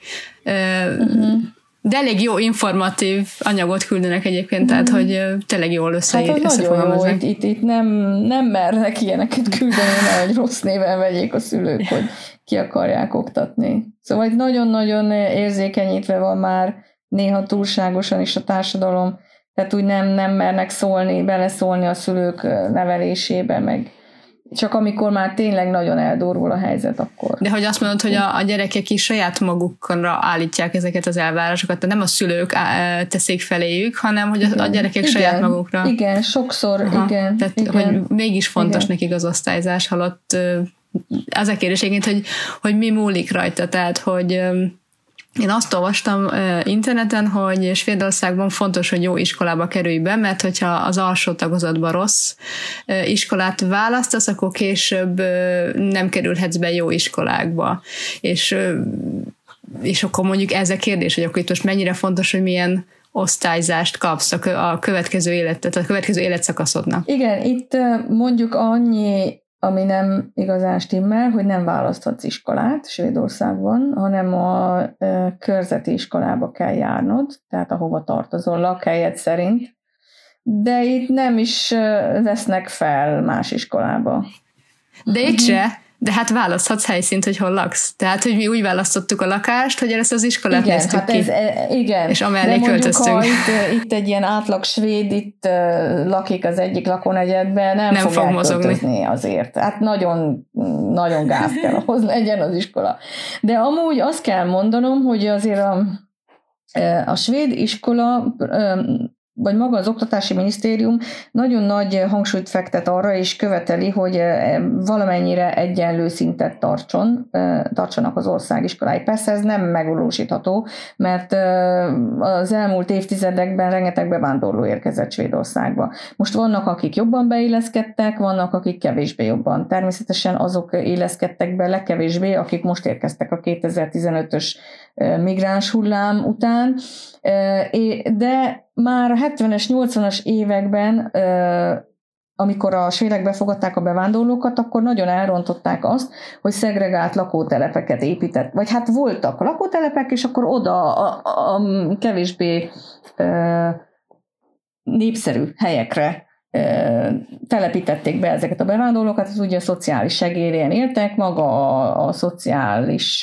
De elég jó informatív anyagot küldenek egyébként, tehát hogy tényleg jól összefogalmaznak. Itt nem mernek ilyeneket küldeni, hogy rossz néven vegyék a szülők, hogy ki akarják oktatni. Szóval itt nagyon-nagyon érzékenyítve van már néha túlságosan is a társadalom, tehát úgy nem mernek beleszólni a szülők nevelésébe, meg csak amikor már tényleg nagyon eldurvul a helyzet, akkor. De hogy azt mondod, hogy a gyerekek is saját magukra állítják ezeket az elvárásokat, tehát nem a szülők teszik feléjük, hanem hogy a gyerekek saját magukra. Igen, sokszor, igen. Tehát, igen. hogy mégis fontos nekik az osztályzás, halott az a kérdés egyébként, hogy mi múlik rajta, tehát, hogy én azt olvastam interneten, hogy Svédországban fontos, hogy jó iskolába kerülj be, mert hogyha az alsó tagozatban rossz iskolát választasz, akkor később nem kerülhetsz be jó iskolákba. És akkor mondjuk ez a kérdés, hogy akkor itt most mennyire fontos, hogy milyen osztályzást kapsz a következő életszakaszodnak. Igen, itt mondjuk annyi, ami nem igazán stimmel, hogy nem választhatsz iskolát Svédországban, hanem a körzeti iskolába kell járnod, tehát ahova tartozol, lakhelyed szerint, de itt nem is vesznek fel más iskolába. De itt se, de hát választhatsz helyszínt, hogy hol laksz. Tehát, hogy mi úgy választottuk a lakást, hogy ezt az iskolát néztük ki. Igen, és amellé költöztünk. Ha itt egy ilyen átlag svéd itt lakik az egyik lakónegyedben, nem fog elköltözni azért. Hát nagyon, nagyon gáz kell ahhoz legyen az iskola. De amúgy azt kell mondanom, hogy azért a svéd iskola vagy maga az Oktatási Minisztérium nagyon nagy hangsúlyt fektet arra, és követeli, hogy valamennyire egyenlő szintet tartsanak az országiskolái. Persze ez nem megvalósítható, mert az elmúlt évtizedekben rengeteg bevándorló érkezett Svédországba. Most vannak, akik jobban beilleszkedtek, vannak, akik kevésbé jobban. Természetesen azok illeszkedtek be legkevésbé, akik most érkeztek a 2015-ös migráns hullám után, de már a 70-es, 80-as években, amikor a svédek befogadták a bevándorlókat, akkor nagyon elrontották azt, hogy szegregált lakótelepeket épített. Vagy hát voltak lakótelepek, és akkor oda a kevésbé népszerű helyekre telepítették be ezeket a bevándorlókat, az ugye a szociális segélyen éltek, maga a szociális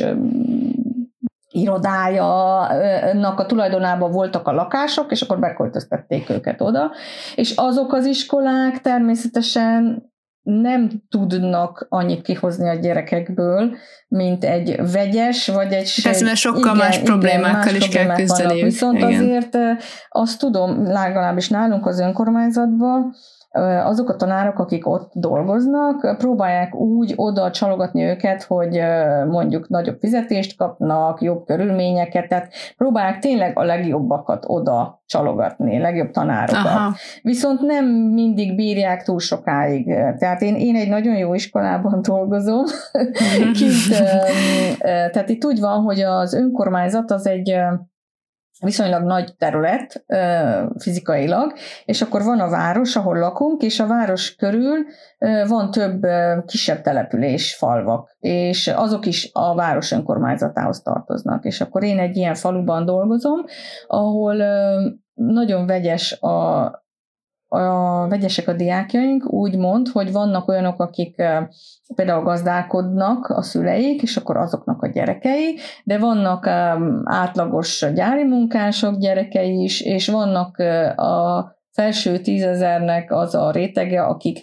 irodájának a tulajdonában voltak a lakások, és akkor beköltöztették őket oda. És azok az iskolák természetesen nem tudnak annyit kihozni a gyerekekből, mint egy vegyes, vagy egy... Persze, mert sokkal más problémákkal is kell küzdeniük. Viszont azért azt tudom, legalábbis nálunk az önkormányzatban, azok a tanárok, akik ott dolgoznak, próbálják úgy oda csalogatni őket, hogy mondjuk nagyobb fizetést kapnak, jobb körülményeket, tehát próbálják tényleg a legjobbakat oda csalogatni, legjobb tanárokat. Aha. Viszont nem mindig bírják túl sokáig. Tehát én egy nagyon jó iskolában dolgozom. Tehát itt úgy van, hogy az önkormányzat az egy viszonylag nagy terület fizikailag, és akkor van a város, ahol lakunk, és a város körül van több kisebb település, falvak, és azok is a város önkormányzatához tartoznak. És akkor én egy ilyen faluban dolgozom, ahol nagyon vegyes vegyesek a diákjaink, úgymond, hogy vannak olyanok, akik például gazdálkodnak a szüleik, és akkor azoknak a gyerekei, de vannak átlagos gyári munkások gyerekei is, és vannak a felső 10 000-nek az a rétege, akik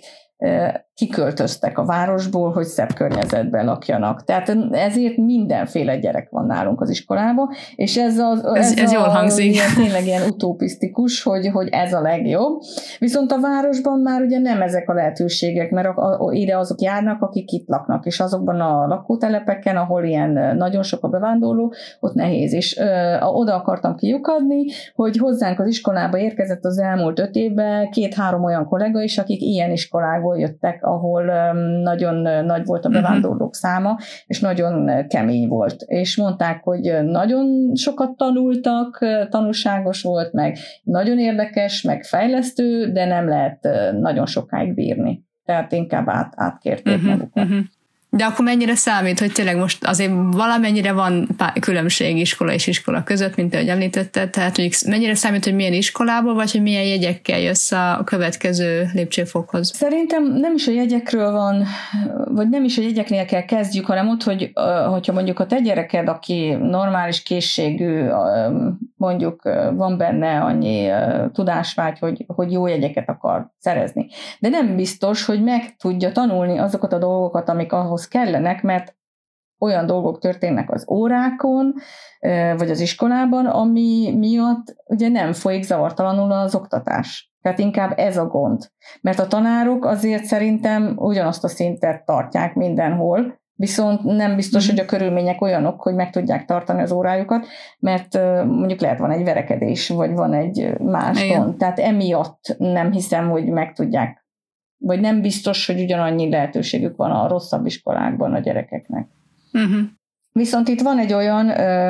kiköltöztek a városból, hogy szebb környezetben lakjanak. Tehát ezért mindenféle gyerek van nálunk az iskolában, és ez jól hangzik. Tényleg ilyen utopisztikus, hogy ez a legjobb. Viszont a városban már ugye nem ezek a lehetőségek, mert ide azok járnak, akik itt laknak, és azokban a lakótelepeken, ahol ilyen nagyon sok a bevándorló, ott nehéz. És oda akartam kiukadni, hogy hozzánk az iskolába érkezett az elmúlt 5 évben 2-3 olyan kollega is, akik ilyen iskolákból jöttek, ahol nagyon nagy volt a bevándorlók száma, és nagyon kemény volt. És mondták, hogy nagyon sokat tanultak, tanulságos volt, meg nagyon érdekes, meg fejlesztő, de nem lehet nagyon sokáig bírni. Tehát inkább átkérték magukat. De akkor mennyire számít, hogy tényleg most azért valamennyire van különbség iskola és iskola között, mint ahogy említetted, tehát hogy mennyire számít, hogy milyen iskolából, vagy hogy milyen jegyekkel jössz a következő lépcsőfokhoz? Szerintem nem is a jegyekről van, vagy nem is a jegyeknél kell kezdjük, hanem ott, hogyha mondjuk a te gyereked, aki normális készségű, mondjuk van benne annyi tudásvágy, hogy jó jegyeket akar szerezni. De nem biztos, hogy meg tudja tanulni azokat a dolgokat, amik ahhoz kellenek, mert olyan dolgok történnek az órákon, vagy az iskolában, ami miatt ugye nem folyik zavartalanul az oktatás. Tehát inkább ez a gond. Mert a tanárok azért szerintem ugyanazt a szintet tartják mindenhol, viszont nem biztos, hogy a körülmények olyanok, hogy meg tudják tartani az órájukat, mert mondjuk lehet van egy verekedés, vagy van egy más gond. Tehát emiatt nem hiszem, hogy meg tudják, vagy nem biztos, hogy ugyanannyi lehetőségük van a rosszabb iskolákban a gyerekeknek. Viszont itt van egy olyan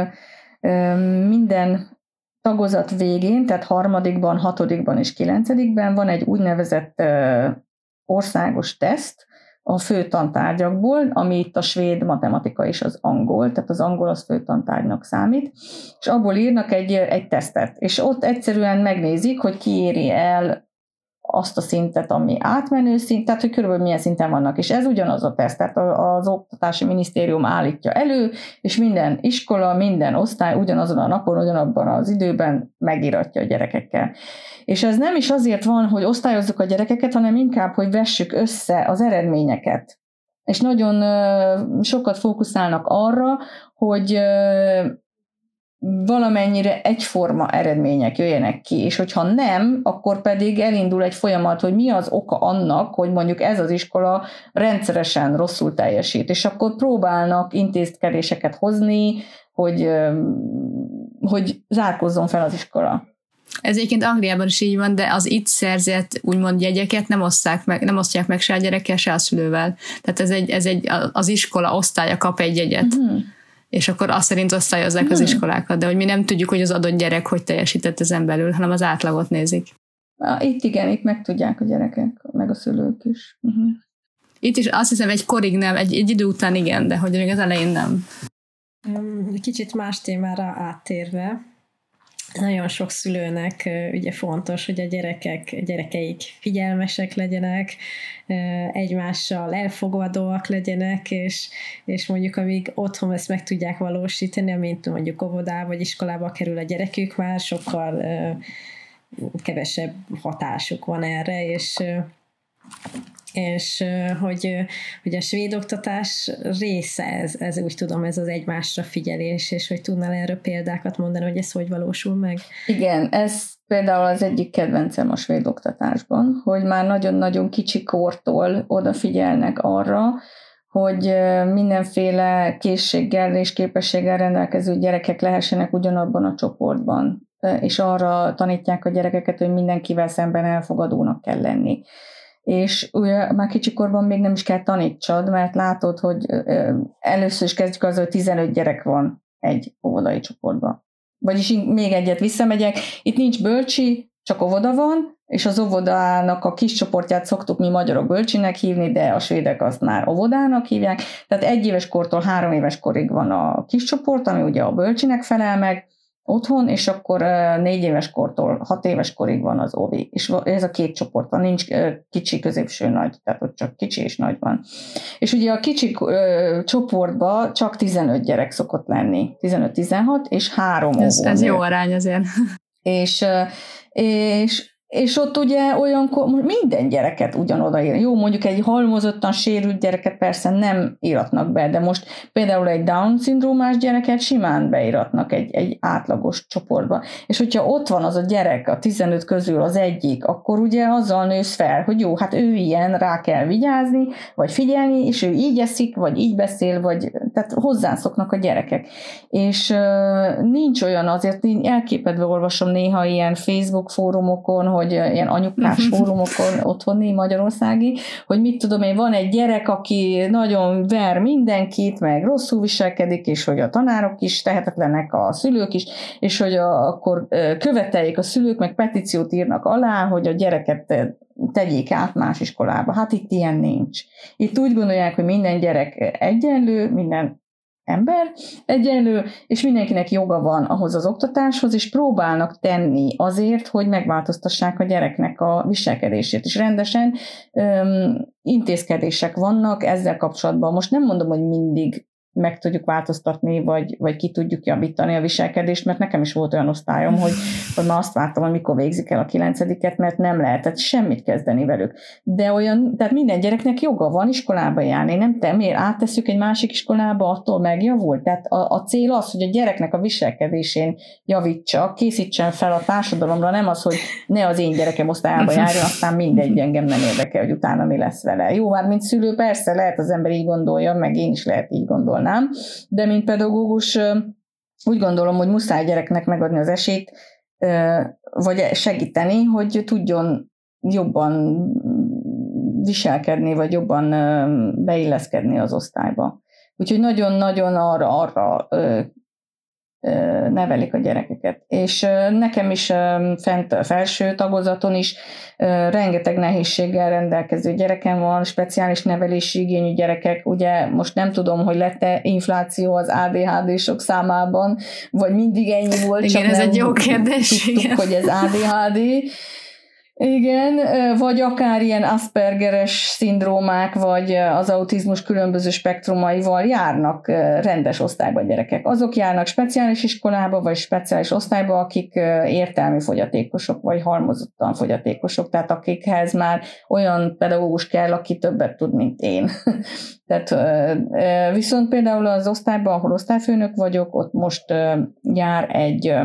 minden tagozat végén, tehát 3., 6. és 9. van egy úgynevezett országos teszt a fő tantárgyakból, ami itt a svéd, matematika és az angol, tehát az angol az fő tantárgynak számít, és abból írnak egy tesztet, és ott egyszerűen megnézik, hogy ki éri el azt a szintet, ami átmenő szint, tehát hogy körülbelül milyen szinten vannak, és ez ugyanaz a teszt, tehát az Oktatási Minisztérium állítja elő, és minden iskola, minden osztály ugyanazon a napon, ugyanabban az időben megíratja a gyerekekkel. És ez nem is azért van, hogy osztályozzuk a gyerekeket, hanem inkább, hogy vessük össze az eredményeket. És nagyon sokat fókuszálnak arra, hogy valamennyire egyforma eredmények jöjjenek ki, és hogyha nem, akkor pedig elindul egy folyamat, hogy mi az oka annak, hogy mondjuk ez az iskola rendszeresen rosszul teljesít, és akkor próbálnak intézkedéseket hozni, hogy zárkózzon fel az iskola. Ez egyébként Angliában is így van, de az itt szerzett úgymond jegyeket nem osztják meg se a gyerekkel, se a szülővel. Tehát az iskola osztálya kap egy jegyet. És akkor azt szerint osztályozzák az iskolákat, de hogy mi nem tudjuk, hogy az adott gyerek hogy teljesített ezen belül, hanem az átlagot nézik. Itt igen, itt meg tudják a gyerekek, meg a szülők is. Itt is azt hiszem egy korig nem, egy idő után igen, de hogy még az elején nem. Kicsit más témára áttérve, nagyon sok szülőnek ugye fontos, hogy a gyerekeik figyelmesek legyenek, egymással elfogadóak legyenek, és mondjuk amíg otthon ezt meg tudják valósítani, amint mondjuk óvodába vagy iskolába kerül a gyerekük, már sokkal kevesebb hatásuk van erre, és hogy a svéd oktatás része, ez úgy tudom, ez az egymásra figyelés, és hogy tudnál erről példákat mondani, hogy ez hogy valósul meg? Igen, ez például az egyik kedvencem a svéd oktatásban, hogy már nagyon-nagyon kicsi kortól odafigyelnek arra, hogy mindenféle készséggel és képességgel rendelkező gyerekek lehessenek ugyanabban a csoportban, és arra tanítják a gyerekeket, hogy mindenkivel szemben elfogadónak kell lenni. És ugye már kicsikorban még nem is kell tanítsad, mert látod, hogy először is kezdjük azzal, hogy 15 gyerek van egy óvodai csoportban. Vagyis még egyet visszamegyek, itt nincs bölcsi, csak óvoda van, és az óvodának a kis csoportját szoktuk mi magyarok bölcsinek hívni, de a svédek azt már óvodának hívják. Tehát 1 éves kortól 3 éves korig van a kis csoport, ami ugye a bölcsinek felel meg, otthon, és akkor 4 éves kortól 6 éves korig van az óvi. És ez a 2 csoport van, nincs kicsi, középső, nagy, tehát ott csak kicsi és nagy van. És ugye a kicsi csoportban csak 15 gyerek szokott lenni, 15-16, és 3 óvónő. Ez jó arány azért. És ott ugye olyankor minden gyereket ugyanoda ír. Jó, mondjuk egy halmozottan sérült gyereket persze nem íratnak be, de most például egy Down-szindrómás gyereket simán beíratnak egy átlagos csoportba. És hogyha ott van az a gyerek a 15 közül az egyik, akkor ugye azzal nősz fel, hogy jó, hát ő ilyen, rá kell vigyázni, vagy figyelni, és ő így eszik, vagy így beszél, vagy tehát hozzászoknak a gyerekek. És nincs olyan, azért én elképedve olvasom néha ilyen Facebook fórumokon, hogy ilyen anyukás fórumokon otthoni magyarországi, hogy mit tudom én, van egy gyerek, aki nagyon ver mindenkit, meg rosszul viselkedik, és hogy a tanárok is tehetetlenek, a szülők is, és hogy akkor követeljék a szülők, meg petíciót írnak alá, hogy a gyereket tegyék át más iskolába. Hát itt ilyen nincs. Itt úgy gondolják, hogy minden gyerek egyenlő, minden ember egyenlő, és mindenkinek joga van ahhoz az oktatáshoz, és próbálnak tenni azért, hogy megváltoztassák a gyereknek a viselkedését. És rendesen intézkedések vannak ezzel kapcsolatban. Most nem mondom, hogy mindig meg tudjuk változtatni, vagy ki tudjuk javítani a viselkedést, mert nekem is volt olyan osztályom, hogy már azt vártam, hogy mikor végzik el a 9-et, mert nem lehetett semmit kezdeni velük. De olyan, tehát minden gyereknek joga van iskolába járni, nem te, miért áttesszük egy másik iskolába, attól megjavult. Tehát a cél az, hogy a gyereknek a viselkedésén javítsa, készítsen fel a társadalomra, nem az, hogy ne az én gyerekem osztályába járjon, aztán mindegy, engem nem érdekel, hogy utána mi lesz vele. Jó, hát mint szülő persze lehet az ember így gondolja, meg én is lehet így gondolni. De mint pedagógus úgy gondolom, hogy muszáj gyereknek megadni az esélyt, vagy segíteni, hogy tudjon jobban viselkedni, vagy jobban beilleszkedni az osztályba. Úgyhogy nagyon-nagyon arra nevelik a gyerekeket. És nekem is fent a felső tagozaton is rengeteg nehézséggel rendelkező gyerekem van, speciális nevelési igényű gyerekek. Ugye most nem tudom, hogy lett-e infláció az ADHD-sok számában, vagy mindig ennyi volt. Igen, csak ez nem egy jó kérdés. Tudtuk, igen, hogy ez ADHD. Igen, vagy akár ilyen Aspergeres szindrómák, vagy az autizmus különböző spektrumaival járnak rendes osztályba gyerekek. Azok járnak speciális iskolába, vagy speciális osztályba, akik értelmi fogyatékosok, vagy halmozottan fogyatékosok, tehát akikhez már olyan pedagógus kell, aki többet tud, mint én. Tehát, viszont például az osztályban, ahol osztályfőnök vagyok, ott most jár egy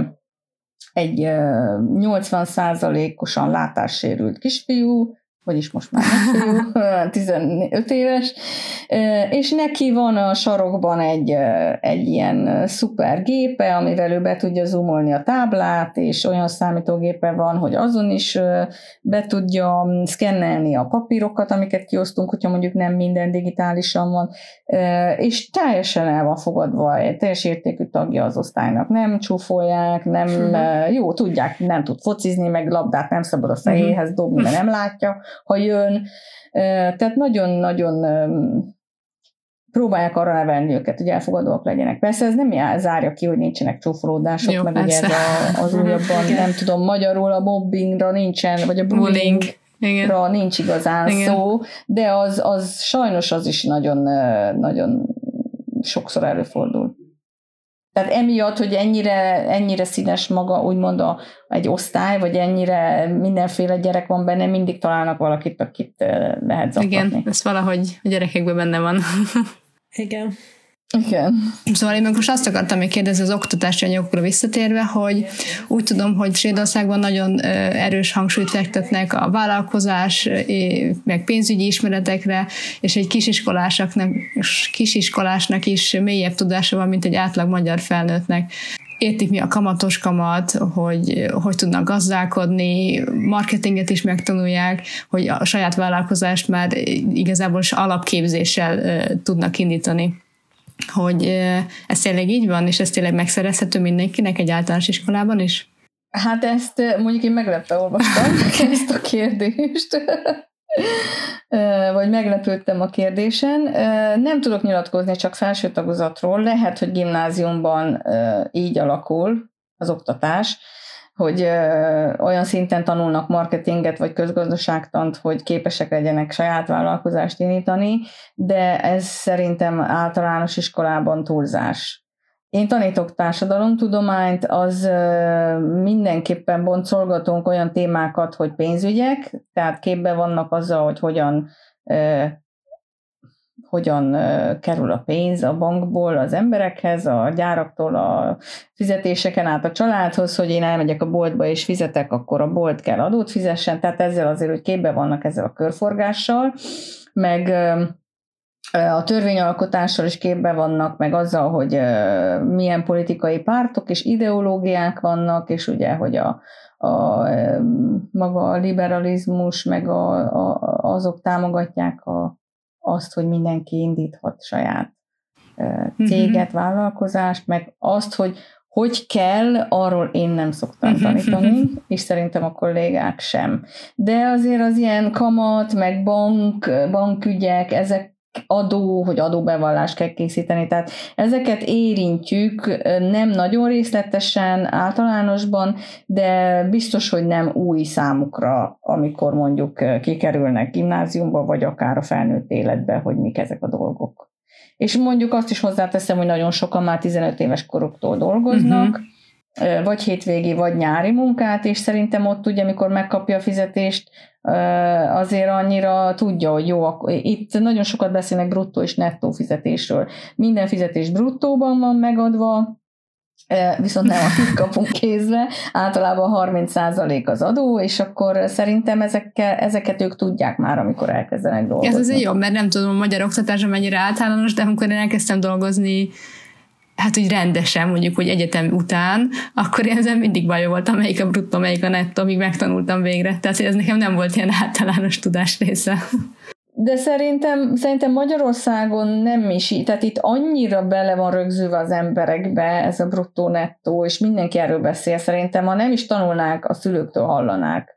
80%-osan látássérült kisfiú, vagyis most már nagyfiú, 15 éves, és neki van a sarokban egy ilyen szuper gépe, amivel ő be tudja zoomolni a táblát, és olyan számítógépe van, hogy azon is be tudja szkennelni a papírokat, amiket kiosztunk, hogyha mondjuk nem minden digitálisan van, és teljesen el van fogadva, egy teljes értékű tagja az osztálynak. Nem csúfolják, nem, jó, tudják, nem tud focizni, meg labdát nem szabad a fejéhez dobni, mert nem látja, ha jön. Tehát nagyon-nagyon próbálják arra nevelni őket, hogy elfogadóak legyenek. Persze ez nem zárja ki, hogy nincsenek csúfolódások, jó, meg persze. Ugye ez az újabban, nem tudom, magyarul a mobbingra nincsen, vagy a bullyingra nincs igazán szó, de az sajnos az is nagyon, nagyon sokszor előfordul. Tehát emiatt, hogy ennyire színes maga, úgymond egy osztály, vagy ennyire mindenféle gyerek van benne, mindig találnak valakit, akit lehet zaklatni. Igen, ez valahogy a gyerekekben benne van. Igen. Igen. Szóval én most azt akartam még kérdezni az oktatási anyagokra visszatérve, hogy úgy tudom, hogy Svédországban nagyon erős hangsúlyt fektetnek a vállalkozás, meg pénzügyi ismeretekre, és egy kisiskolásnak is mélyebb tudása van, mint egy átlag magyar felnőttnek. Értik, mi a kamatos kamat, hogy tudnak gazdálkodni, marketinget is megtanulják, hogy a saját vállalkozást már igazából alapképzéssel tudnak indítani. Hogy ez tényleg így van, és ez tényleg megszerezhető mindenkinek egy általános iskolában is? Hát ezt mondjuk én meglepve olvastam ezt a kérdést, vagy meglepődtem a kérdésen. Nem tudok nyilatkozni csak felső tagozatról, lehet, hogy gimnáziumban így alakul, az oktatás, hogy olyan szinten tanulnak marketinget vagy közgazdaságtant, hogy képesek legyenek saját vállalkozást indítani, de ez szerintem általános iskolában túlzás. Én tanítok társadalomtudományt, az mindenképpen boncolgatunk olyan témákat, hogy pénzügyek, tehát képbe vannak azzal, hogy hogyan kerül a pénz a bankból az emberekhez, a gyáraktól a fizetéseken át a családhoz, hogy én elmegyek a boltba és fizetek, akkor a bolt kell adót fizessen, tehát ezzel azért, hogy képbe vannak ezzel a körforgással, meg a törvényalkotással is képbe vannak, meg azzal, hogy milyen politikai pártok és ideológiák vannak, és ugye, hogy maga a liberalizmus, meg azok támogatják azt, hogy mindenki indíthat saját céget, vállalkozást, meg azt, hogy kell, arról én nem szoktam tanítani, és szerintem a kollégák sem. De azért az ilyen kamat, meg bankügyek, ezek hogy adóbevallást kell készíteni, tehát ezeket érintjük nem nagyon részletesen, általánosban, de biztos, hogy nem új számukra, amikor mondjuk kikerülnek gimnáziumba, vagy akár a felnőtt életbe, hogy mik ezek a dolgok. És mondjuk azt is hozzáteszem, hogy nagyon sokan már 15 éves koruktól dolgoznak, vagy hétvégi, vagy nyári munkát, és szerintem ott ugye, amikor megkapja a fizetést, azért annyira tudja, hogy jó, itt nagyon sokat beszélnek bruttó és nettó fizetésről. Minden fizetés bruttóban van megadva, viszont nem amit kapunk kézbe, általában 30% az adó, és akkor szerintem ezeket ők tudják már, amikor elkezdenek dolgozni. Ez azért jó, mert nem tudom, a magyar oktatásra mennyire általános, de amikor én elkezdtem dolgozni, hát úgy rendesen, mondjuk, hogy egyetem után, akkor én ezen mindig bajom voltam, melyik a bruttó, melyik a nettó, amíg megtanultam végre. Tehát ez nekem nem volt ilyen általános tudás része. De szerintem Magyarországon nem is így, tehát itt annyira bele van rögzülve az emberekbe ez a bruttó-nettó, és mindenki erről beszél. Szerintem, ha nem is tanulnák, a szülőktől hallanák.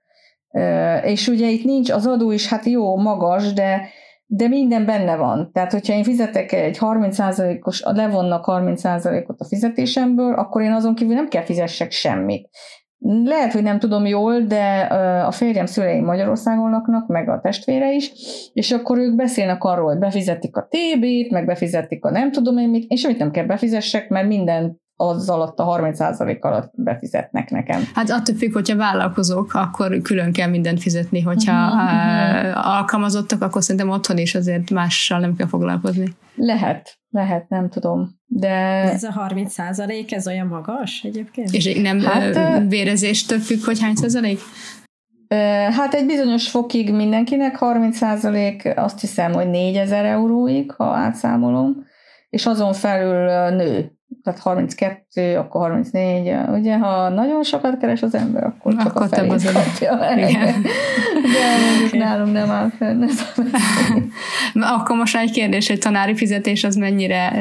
És ugye itt nincs az adó is, hát jó, magas, de minden benne van. Tehát, hogyha én fizetek egy 30%-os, levonnak 30%-ot a fizetésemből, akkor én azon kívül nem kell fizessek semmit. Lehet, hogy nem tudom jól, de a férjem szülei Magyarországon laknak, meg a testvére is, és akkor ők beszélnek arról, hogy befizetik a TB-t, meg befizetik a nem tudom én mit, és semmit nem kell befizessek, mert minden az alatt a 30% alatt befizetnek nekem. Hát attól függ, hogyha vállalkozók, akkor külön kell mindent fizetni, hogyha alkalmazottak, akkor szerintem otthon is azért mással nem kell foglalkozni. Lehet, nem tudom. De ez a 30%, ez olyan magas egyébként? És nem vérezéstől függ, hogy hány százalék? Hát egy bizonyos fokig mindenkinek 30%, azt hiszem, hogy 4000 euróig, ha átszámolom, és azon felül nő. Tehát 32, akkor 34, ugye, ha nagyon sokat keres az ember, akkor csak a felét kapja meg. De mondjuk nálunk nem áll fenn ez a beszél. Akkor most egy kérdés, hogy tanári fizetés az mennyire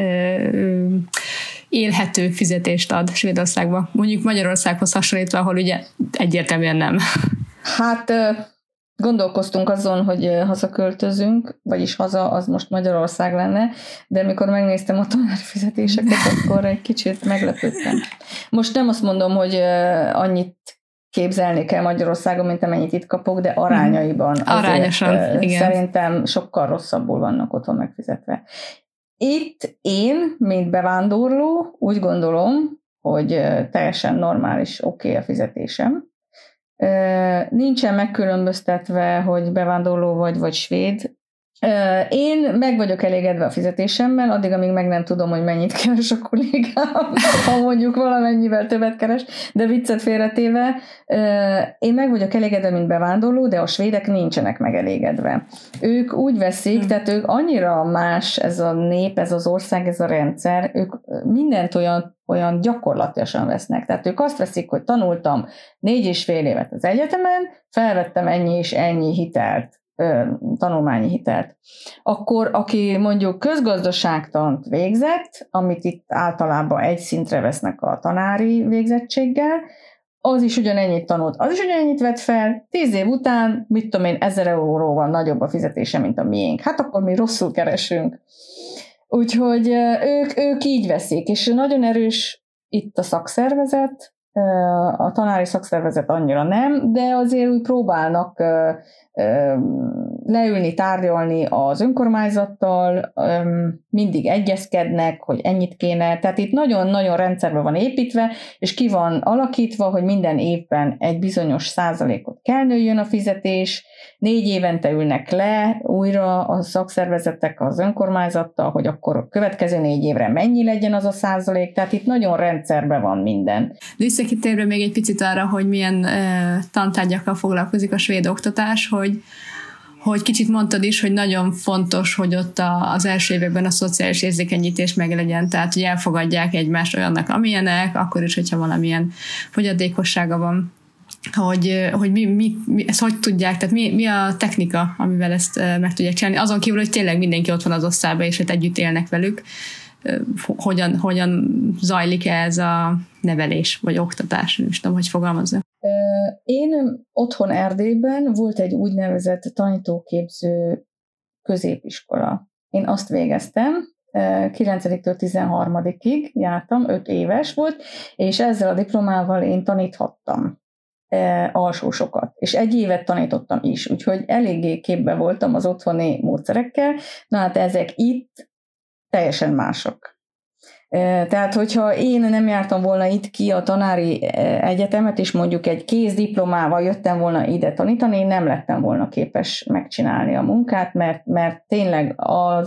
élhető fizetést ad Svédországban? Mondjuk Magyarországhoz hasonlítva, ahol ugye egyértelműen nem. Hát gondolkoztunk azon, hogy hazaköltözünk, vagyis haza, az most Magyarország lenne, de amikor megnéztem a tanári fizetéseket, akkor egy kicsit meglepődtem. Most nem azt mondom, hogy annyit képzelni kell Magyarországon, mint amennyit itt kapok, de arányaiban arányosan, igen. Szerintem sokkal rosszabbul vannak otthon megfizetve. Itt én, mint bevándorló, úgy gondolom, hogy teljesen normális, oké a fizetésem. Nincsen megkülönböztetve, hogy bevándorló vagy svéd. Én meg vagyok elégedve a fizetésemmel, addig, amíg meg nem tudom, hogy mennyit keres a kollégám, ha mondjuk valamennyivel többet keres, de viccet félretéve, én meg vagyok elégedve, mint bevándorló, de a svédek nincsenek megelégedve. Ők úgy veszik, tehát ők annyira más ez a nép, ez az ország, ez a rendszer, ők mindent olyan gyakorlatilag vesznek. Tehát ők azt veszik, hogy tanultam 4,5 évet az egyetemen, felvettem ennyi és ennyi hitelt, tanulmányi hitelt. Akkor aki mondjuk közgazdaságtant végzett, amit itt általában egy szintre vesznek a tanári végzettséggel, az is ugyanennyit tanult, az is ugyanennyit vett fel, 10 év után, mit tudom én, 1000 euróval nagyobb a fizetése, mint a miénk. Hát akkor mi rosszul keresünk. Úgyhogy ők így veszik, és nagyon erős itt a szakszervezet, a tanári szakszervezet annyira nem, de azért úgy próbálnak leülni, tárgyalni az önkormányzattal, mindig egyezkednek, hogy ennyit kéne, tehát itt nagyon-nagyon rendszerben van építve, és ki van alakítva, hogy minden évben egy bizonyos százalékot kell nőjön a fizetés, 4 évente ülnek le újra a szakszervezetek az önkormányzattal, hogy akkor a következő 4 évre mennyi legyen az a százalék, tehát itt nagyon rendszerben van minden. Visszakitérve még egy picit arra, hogy milyen tantárgyakkal foglalkozik a svéd oktatás, hogy kicsit mondtad is, hogy nagyon fontos, hogy ott az első években a szociális érzékenyítés meglegyen, tehát hogy elfogadják egymást olyannak, amilyenek, akkor is, hogyha valamilyen fogyatékossága van, hogy mi ezt hogy tudják, tehát mi a technika, amivel ezt meg tudják csinálni, azon kívül, hogy tényleg mindenki ott van az osztályban, és együtt élnek velük, hogyan zajlik ez a nevelés, vagy oktatás, nem tudom, hogy fogalmazza. Én otthon Erdélyben volt egy úgynevezett tanítóképző középiskola. Én azt végeztem, 9-től 13-ig jártam, 5 éves volt, és ezzel a diplomával én taníthattam alsósokat, és 1 évet tanítottam is, úgyhogy eléggé képbe voltam az otthoni módszerekkel, na hát ezek itt teljesen mások. Tehát, hogyha én nem jártam volna itt ki a tanári egyetemet, és mondjuk egy kézdiplomával jöttem volna ide tanítani, én nem lettem volna képes megcsinálni a munkát, mert tényleg az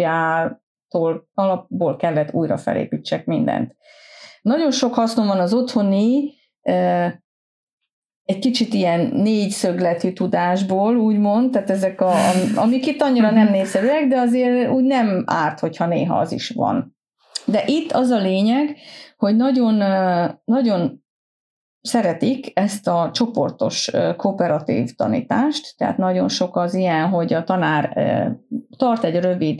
alapból kellett újra felépítsek mindent. Nagyon sok hasznom van az otthoni, egy kicsit ilyen 4 szögletű tudásból, úgymond, tehát ezek amik itt annyira nem népszerűek, de azért úgy nem árt, hogyha néha az is van. De itt az a lényeg, hogy nagyon, nagyon szeretik ezt a csoportos kooperatív tanítást, tehát nagyon sok az ilyen, hogy a tanár tart egy rövid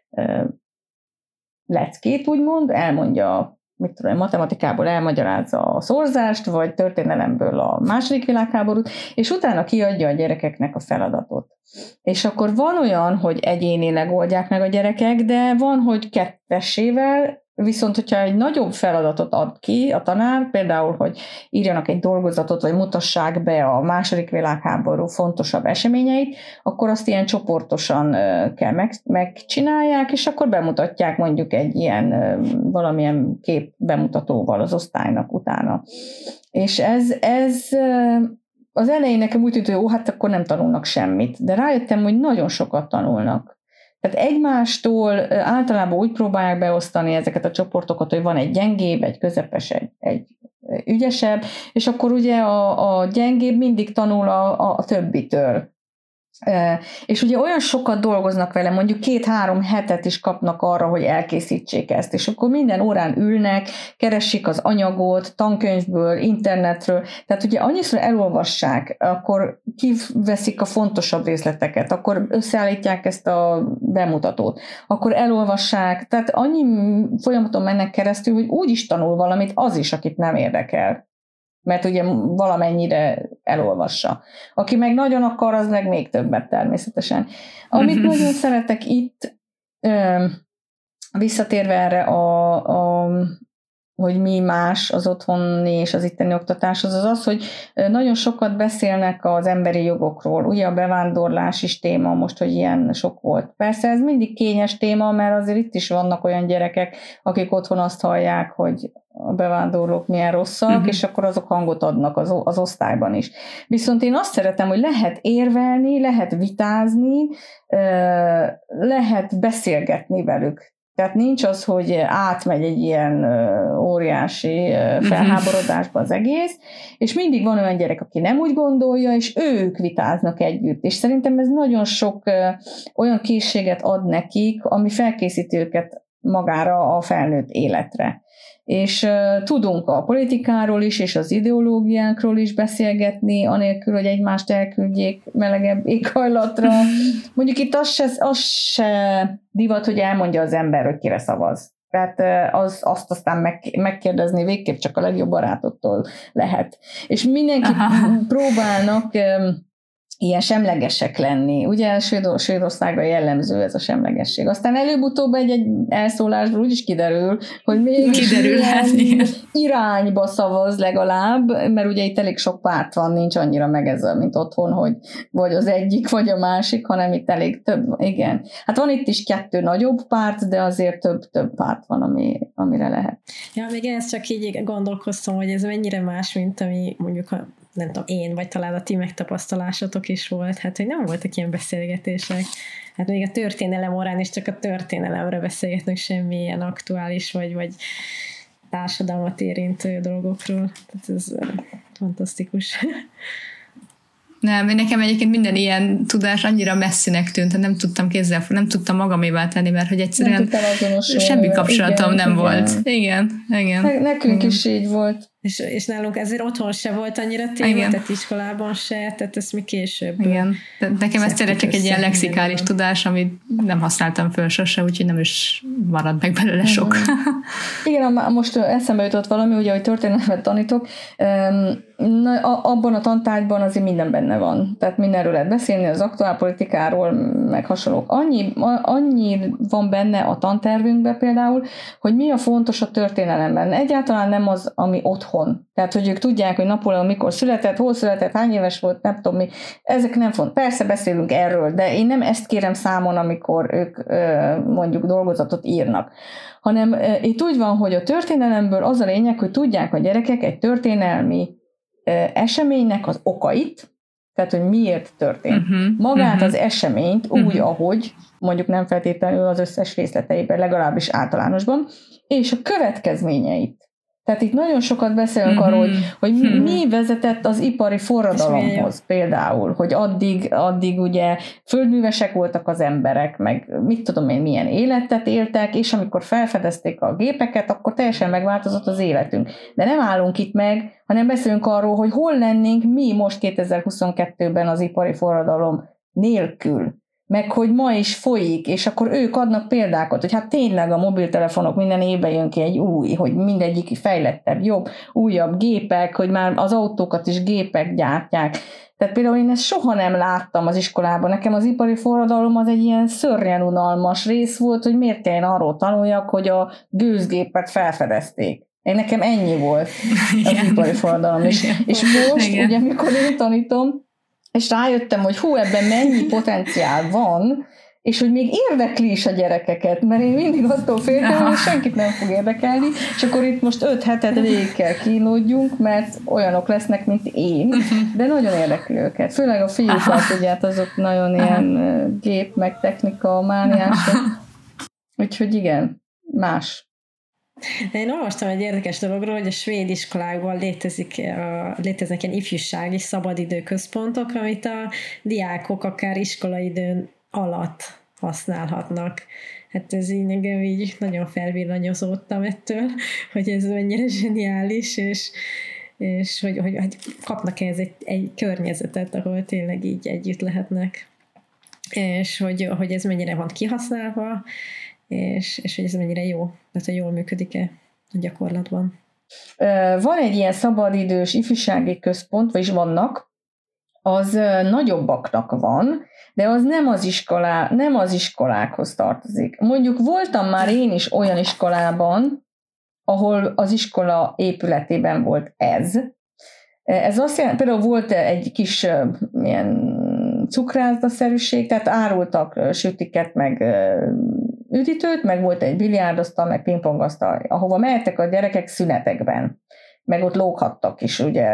leckét, úgymond, elmondja, mit tudom, matematikából elmagyarázza a szorzást, vagy történelemből a II. Világháborút, és utána kiadja a gyerekeknek a feladatot. És akkor van olyan, hogy egyénileg oldják meg a gyerekek, de van, hogy kettesével, viszont hogyha egy nagyobb feladatot ad ki a tanár, például, hogy írjanak egy dolgozatot, vagy mutassák be a II. Világháború fontosabb eseményeit, akkor azt ilyen csoportosan kell megcsinálják, és akkor bemutatják mondjuk egy ilyen valamilyen kép bemutatóval az osztálynak utána. És ez az elején nekem úgy tűnt, hogy jó, hát akkor nem tanulnak semmit, de rájöttem, hogy nagyon sokat tanulnak. Tehát egymástól általában úgy próbálják beosztani ezeket a csoportokat, hogy van egy gyengébb, egy közepes, egy ügyesebb, és akkor ugye a gyengébb mindig tanul a többitől. És ugye olyan sokat dolgoznak vele, mondjuk 2-3 hetet is kapnak arra, hogy elkészítsék ezt, és akkor minden órán ülnek, keresik az anyagot, tankönyvből, internetről, tehát ugye annyiszor elolvassák, akkor kiveszik a fontosabb részleteket, akkor összeállítják ezt a bemutatót, akkor elolvassák, tehát annyi folyamaton mennek keresztül, hogy úgy is tanul valamit az is, akit nem érdekel. Mert ugye valamennyire elolvassa. Aki meg nagyon akar, az meg még többet természetesen. Amit nagyon szeretek itt, visszatérve erre, hogy mi más az otthoni és az itteni oktatás, az, hogy nagyon sokat beszélnek az emberi jogokról. Ugye a bevándorlás is téma most, hogy ilyen sok volt. Persze ez mindig kényes téma, mert azért itt is vannak olyan gyerekek, akik otthon azt hallják, hogy a bevándorlók milyen rosszak, és akkor azok hangot adnak az osztályban is. Viszont én azt szeretem, hogy lehet érvelni, lehet vitázni, lehet beszélgetni velük. Tehát nincs az, hogy átmegy egy ilyen óriási felháborodásba az egész, és mindig van olyan gyerek, aki nem úgy gondolja, és ők vitáznak együtt. És szerintem ez nagyon sok olyan készséget ad nekik, ami felkészíti őket magára a felnőtt életre. És tudunk a politikáról is, és az ideológiákról is beszélgetni, anélkül, hogy egymást elküldjék melegebb éghajlatra. Mondjuk itt az se divat, hogy elmondja az ember, hogy kire szavaz. Tehát azt aztán megkérdezni végképp csak a legjobb barátottól lehet. És mindenki próbálnak ilyen semlegesek lenni. Ugye Svédországra jellemző ez a semlegesség. Aztán előbb-utóbb egy elszólásból úgyis kiderül, hogy még irányba szavaz legalább, mert ugye itt elég sok párt van, nincs annyira meg ez, mint otthon, hogy vagy az egyik, vagy a másik, hanem itt elég több, igen. Hát van itt is 2 nagyobb párt, de azért több párt van, amire lehet. Ja, még ezt csak így gondolkoztam, hogy ez mennyire más, mint ami mondjuk nem tudom, én, vagy talán a ti megtapasztalásatok is volt, hát hogy nem voltak ilyen beszélgetések. Hát még a történelem órán is csak a történelemre beszélgetnek, semmi ilyen aktuális, vagy társadalmat érintő dolgokról. Tehát ez fantasztikus. Nem, nekem egyébként minden ilyen tudás annyira messzinek tűnt, nem tudtam nem tudtam magamévá tenni, mert hogy egyszerűen semmi kapcsolatom nem volt. Igen. Nekünk is így volt. És nálunk ezért otthon se volt annyira téma, tehát iskolában se, tehát ez mi később. Igen, de nekem ez tényleg csak egy ilyen lexikális tudás, amit nem használtam föl sose, úgyhogy nem is marad meg belőle sok. Igen, most eszembe jutott valami, ugye, hogy történelmet tanítok, abban a tantárgyban azért minden benne van. Tehát mindenről lehet beszélni, az aktuálpolitikáról, meg hasonlók. Annyi van benne a tantervünkben például, hogy mi a fontos a történelemben. Egyáltalán nem az, ami otthon. Tehát, hogy ők tudják, hogy Napóleon mikor született, hol született, hány éves volt, nem tudom mi. Ezek nem fontos. Persze beszélünk erről, de én nem ezt kérem számon, amikor ők mondjuk dolgozatot írnak. Hanem itt úgy van, hogy a történelemből az a lényeg, hogy tudják a gyerekek egy történelmi eseménynek az okait, tehát, hogy miért történt. Magát az eseményt úgy, ahogy, mondjuk nem feltétlenül az összes részleteiben, legalábbis általánosban, és a következményeit. Tehát itt nagyon sokat beszélünk arról, hogy mi vezetett az ipari forradalomhoz például, hogy addig ugye földművesek voltak az emberek, meg mit tudom én, milyen életet éltek, és amikor felfedezték a gépeket, akkor teljesen megváltozott az életünk. De nem állunk itt meg, hanem beszélünk arról, hogy hol lennénk mi most 2022-ben az ipari forradalom nélkül. Meg hogy ma is folyik, és akkor ők adnak példákat, hogy hát tényleg a mobiltelefonok minden évben jön ki egy új, hogy mindegyik fejlettebb, jobb, újabb gépek, hogy már az autókat is gépek gyártják. Tehát például én ezt soha nem láttam az iskolában. Nekem az ipari forradalom az egy ilyen szörnyen unalmas rész volt, hogy miért kell én arról tanuljak, hogy a gőzgépet felfedezték. Nekem ennyi volt az ipari forradalom. És most, ugye amikor én tanítom, és rájöttem, hogy ebben mennyi potenciál van, és hogy még érdekli is a gyerekeket, mert én mindig attól féltem, hogy senkit nem fog érdekelni, és akkor itt most 5 hetet végig kell kínlódjunk, mert olyanok lesznek, mint én, de nagyon érdekli őket. Főleg a fiúkat, ugye, hát azok nagyon ilyen gép, meg technika mániások. Úgyhogy igen, más. Én olvastam egy érdekes dologról, hogy a svéd iskolákban léteznek ilyen ifjúsági szabadidőközpontok, amit a diákok akár iskolaidőn alatt használhatnak. Hát ez így engem így nagyon felvillanyozódtam ettől, hogy ez mennyire zseniális, és hogy kapnak ehhez egy környezetet, ahol tényleg így együtt lehetnek. És hogy ez mennyire van kihasználva, és hogy ez mennyire jó, tehát hogy jól működik-e a gyakorlatban. Van egy ilyen szabadidős ifjúsági központ, vagyis vannak, az nagyobbaknak van, de az nem az iskolákhoz tartozik. Mondjuk voltam már én is olyan iskolában, ahol az iskola épületében volt ez. Ez azt jelenti, például volt egy kis ilyen cukrászdaszerűség, tehát árultak sütiket, meg üdítőt, meg volt egy biliárdasztal, meg pingpongasztal, ahova mehettek a gyerekek szünetekben, meg ott lóghattak is, ugye,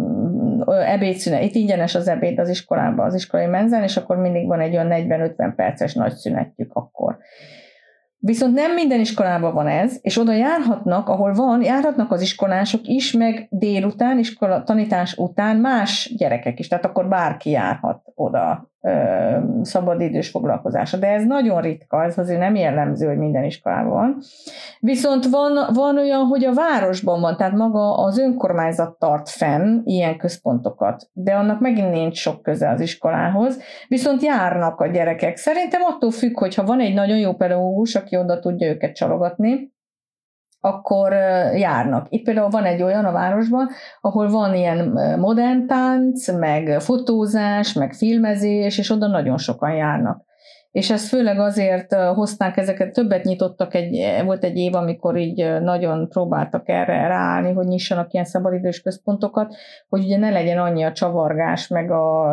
ebédszünet, itt ingyenes az ebéd az iskolában, az iskolai menzen, és akkor mindig van egy olyan 40-50 perces nagy szünetjük akkor. Viszont nem minden iskolában van ez, és oda járhatnak, ahol van, járhatnak az iskolások is, meg délután, tanítás után más gyerekek is, tehát akkor bárki járhat oda szabadidős foglalkozásra. De ez nagyon ritka, ez azért nem jellemző, hogy minden iskolában van. Viszont van olyan, hogy a városban van, tehát maga az önkormányzat tart fenn ilyen központokat, de annak megint nincs sok köze az iskolához, viszont járnak a gyerekek. Szerintem attól függ, hogyha van egy nagyon jó pedagógus, aki oda tudja őket csalogatni, akkor járnak. Itt például van egy olyan a városban, ahol van ilyen modern tánc, meg fotózás, meg filmezés, és oda nagyon sokan járnak. És ezt főleg azért hozták ezeket, többet nyitottak, volt egy év, amikor így nagyon próbáltak erre ráállni, hogy nyissanak ilyen szabadidős központokat, hogy ugye ne legyen annyi a csavargás, meg a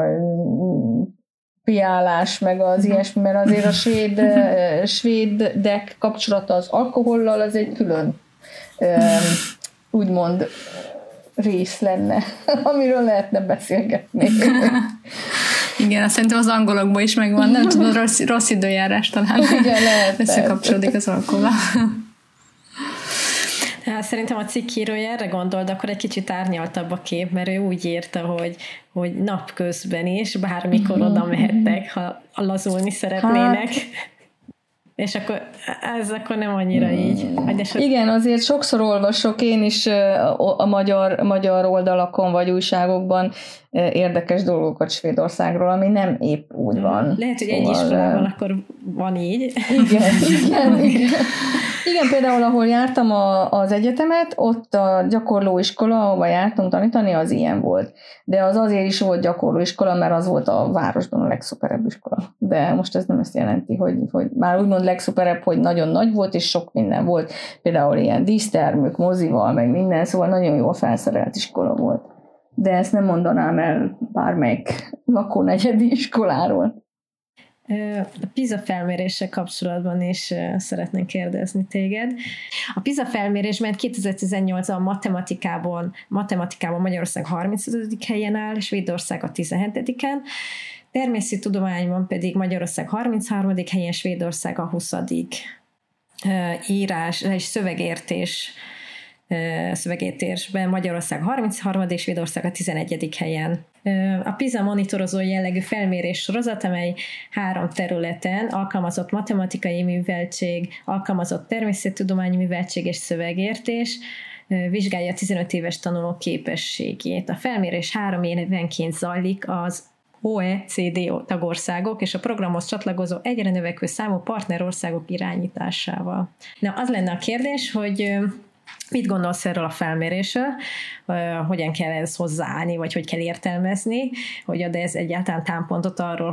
piálás, meg az ilyesmi, mert azért a svédek kapcsolata az alkohollal az egy külön úgymond rész lenne, amiről lehetne beszélgetni. Igen, azt szerintem az angolokban is megvan, nem tudom, rossz időjárás talán. Igen, lehet. Összekapcsolódik az alkohollal. Hát szerintem a cikkírója erre gondol, de akkor egy kicsit árnyaltabb a kép, mert ő úgy írta, hogy napközben is bármikor oda mehettek, ha lazulni szeretnének. És akkor ez akkor nem annyira így. Igen, azért sokszor olvasok én is a magyar oldalakon vagy újságokban érdekes dolgokat Svédországról, ami nem épp úgy van. Lehet, hogy egy iskolában akkor van így. Igen. Igen, például ahol jártam az egyetemet, ott a gyakorlóiskola, ahova jártunk tanítani, az ilyen volt. De az azért is volt gyakorlóiskola, mert az volt a városban a legszuperebb iskola. De most ez nem ezt jelenti, hogy már úgymond legszuperebb, hogy nagyon nagy volt, és sok minden volt. Például ilyen dísztermük, mozival, meg minden, szóval nagyon jól felszerelt iskola volt. De ezt nem mondanám el bármelyik lakónegyedi iskoláról. A PISA felméréssel kapcsolatban is szeretnénk kérdezni téged. A PISA felmérésben 2018-ban matematikában Magyarország 35. helyen áll, Svédország a 17-en, természettudományban pedig Magyarország 33. helyen, Svédország a 20. Írás és szövegértésben Magyarország 33. és Svédország a 11. helyen. A PISA monitorozó jellegű felmérés sorozat, amely 3 területen alkalmazott matematikai műveltség, alkalmazott természettudományi műveltség és szövegértés vizsgálja a 15 éves tanulók képességét. A felmérés 3 évenként zajlik az OECD tagországok és a programhoz csatlakozó egyre növekvő számú partnerországok irányításával. Na, az lenne a kérdés, hogy mit gondolsz erről a felmérésről, hogyan kell ez hozzáállni, vagy hogy kell értelmezni, hogy ad ez egyáltalán támpontot arról,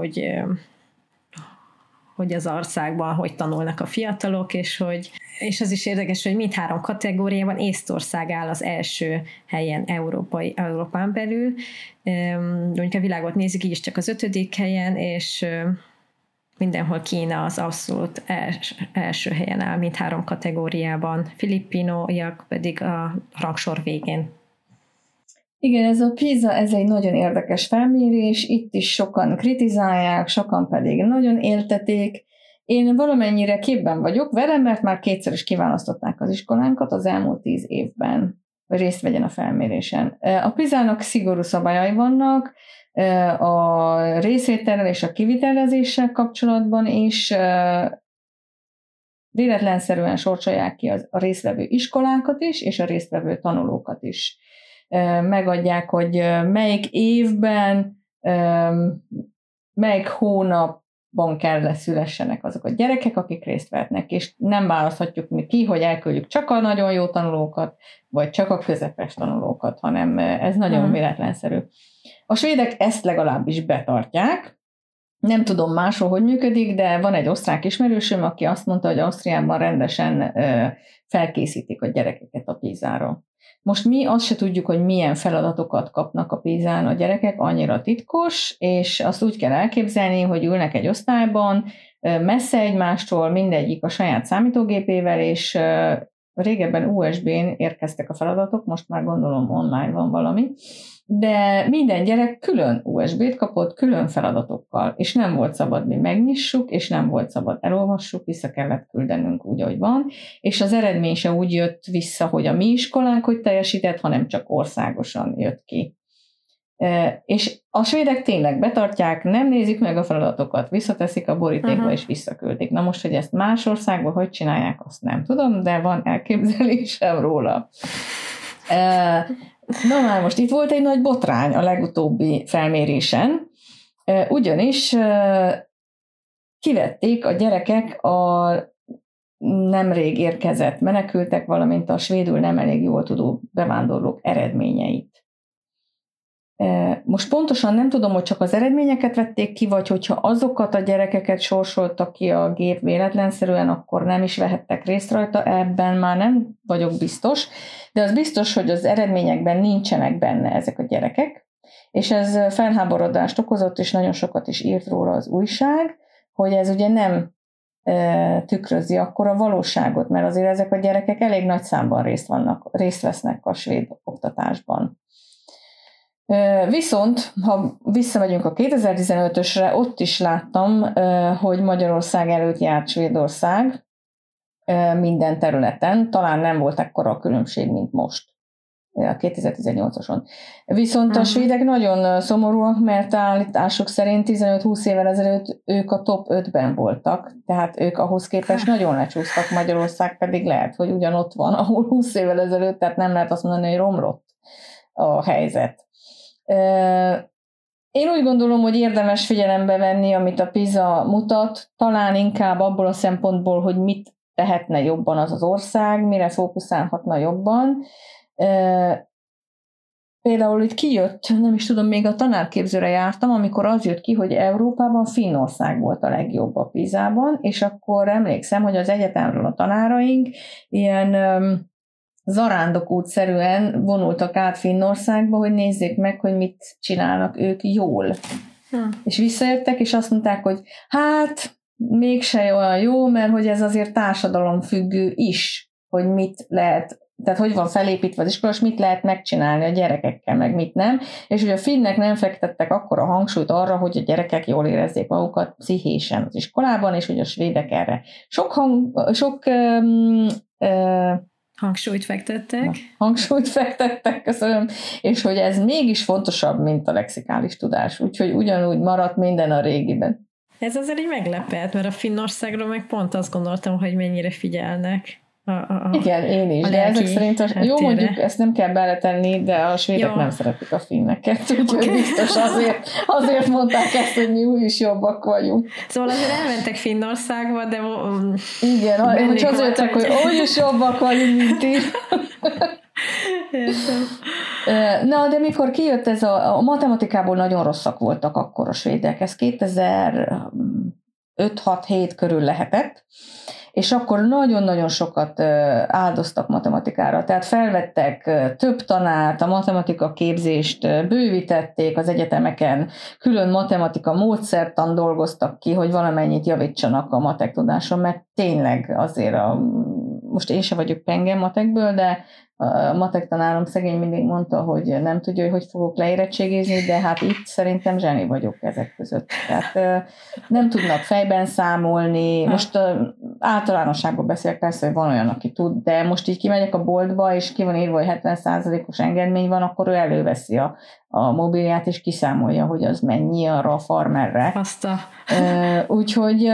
hogy az országban hogy tanulnak a fiatalok, és az is érdekes, hogy mindhárom kategóriában Észtország áll az első helyen Európán belül. Mondjuk a világot nézzük, így is csak az 5. helyen, és mindenhol Kína az abszolút első helyen áll, mindhárom kategóriában, filippinóiak pedig a rangsor végén. Igen, ez a PISA, ez egy nagyon érdekes felmérés, itt is sokan kritizálják, sokan pedig nagyon éltetik. Én valamennyire képben vagyok vele, mert már 2-szer is kiválasztották az iskolánkat az elmúlt 10 évben, hogy részt vegyen a felmérésen. A PISA-nak szigorú szabályai vannak, a részvétellel és a kivitelezéssel kapcsolatban is véletlenszerűen sorsolják ki a résztvevő iskolákat is, és a résztvevő tanulókat is. Megadják, hogy melyik évben, melyik hónapban kell szülessenek azok a gyerekek, akik részt vehetnek, és nem választhatjuk mi ki, hogy elküldjük csak a nagyon jó tanulókat, vagy csak a közepes tanulókat, hanem ez nagyon véletlenszerű. A svédek ezt legalábbis betartják. Nem tudom máshol, hogy működik, de van egy osztrák ismerősöm, aki azt mondta, hogy Ausztriában rendesen felkészítik a gyerekeket a PISA-ra. Most mi azt se tudjuk, hogy milyen feladatokat kapnak a PISA-n a gyerekek, annyira titkos, és azt úgy kell elképzelni, hogy ülnek egy osztályban, messze egymástól, mindegyik a saját számítógépével, és régebben USB-n érkeztek a feladatok, most már gondolom online van valami, de minden gyerek külön USB-t kapott, külön feladatokkal, és nem volt szabad mi megnyissuk, és nem volt szabad elolvassuk, vissza kellett küldenünk úgy, ahogy van, és az eredmény se úgy jött vissza, hogy a mi iskolánk hogy teljesített, hanem csak országosan jött ki. És a svédek tényleg betartják, nem nézik meg a feladatokat, visszateszik a borítékba és visszaküldik. Na most, hogy ezt más országban hogy csinálják, azt nem tudom, de van elképzelésem róla. Na már most itt volt egy nagy botrány a legutóbbi felmérésen, ugyanis kivették a gyerekek a nemrég érkezett menekültek, valamint a svédül nem elég jól tudó bevándorlók eredményeit. Most pontosan nem tudom, hogy csak az eredményeket vették ki, vagy hogyha azokat a gyerekeket sorsoltak ki a gép véletlenszerűen, akkor nem is vehettek részt rajta, ebben már nem vagyok biztos, de az biztos, hogy az eredményekben nincsenek benne ezek a gyerekek, és ez felháborodást okozott, és nagyon sokat is írt róla az újság, hogy ez ugye nem tükrözi akkor a valóságot, mert azért ezek a gyerekek elég nagy számban részt vesznek a svéd oktatásban. Viszont, ha visszamegyünk a 2015-ösre, ott is láttam, hogy Magyarország előtt járt Svédország minden területen, talán nem volt ekkora a különbség, mint most a 2018-oson. Viszont a svédek nagyon szomorúak, mert állításuk szerint 15-20 évvel ezelőtt ők a top 5-ben voltak, tehát ők ahhoz képest nagyon lecsúsztak, Magyarország pedig lehet, hogy ugyanott van, ahol 20 évvel ezelőtt, tehát nem lehet azt mondani, hogy romlott a helyzet. Én úgy gondolom, hogy érdemes figyelembe venni, amit a PISA mutat, talán inkább abból a szempontból, hogy mit tehetne jobban az ország, mire fókuszálhatna jobban. Például itt kijött, nem is tudom, még a tanárképzőre jártam, amikor az jött ki, hogy Európában Finnország volt a legjobb a PISA-ban, és akkor emlékszem, hogy az egyetemről a tanáraink ilyen zarándokútszerűen vonultak át Finnországba, hogy nézzék meg, hogy mit csinálnak ők jól. És visszajöttek, és azt mondták, hogy hát mégse olyan jó, mert hogy ez azért társadalomfüggő is, hogy mit lehet, tehát hogy van felépítve az iskola, és mit lehet megcsinálni a gyerekekkel, meg mit nem. És hogy a finnek nem fektettek akkora hangsúlyt arra, hogy a gyerekek jól érezzék magukat pszichésen az iskolában, és hogy a svédek erre sok hangsúlyt fektettek. Hangsúlyt fektettek, köszönöm. És hogy ez mégis fontosabb, mint a lexikális tudás. Úgyhogy ugyanúgy maradt minden a régiben. Ez azért így meglepett, mert a Finnországról meg pont azt gondoltam, hogy mennyire figyelnek. Igen, én is, de ezek szerint jó, mondjuk ezt nem kell beletenni, de a svédek nem szeretik a finneket, úgyhogy biztos azért mondták ezt, hogy mi úgyis jobbak vagyunk. Szóval azért elmentek Finnországba, de igen, hogy az jöttek, hogy úgyis jobbak vagyunk, mint ti. Na, de mikor kijött ez a matematikából nagyon rosszak voltak akkor a svédek, ez 2005-6-7 körül lehetett, és akkor nagyon-nagyon sokat áldoztak matematikára. Tehát felvettek több tanárt, a matematika képzést bővítették az egyetemeken, külön matematika módszertan dolgoztak ki, hogy valamennyit javítsanak a matek tudáson, mert tényleg azért most én se vagyok penge matekből, de a matek tanárom szegény mindig mondta, hogy nem tudja, hogy fogok leérettségizni, de hát itt szerintem zseni vagyok ezek között. Tehát nem tudnak fejben számolni. Most általánosságban beszélek, persze, hogy van olyan, aki tud, de most így kimegyek a boltba, és ki van írva, hogy 70%-os engedmény van, akkor ő előveszi a mobilját, és kiszámolja, hogy az mennyi arra a farmerre. Úgyhogy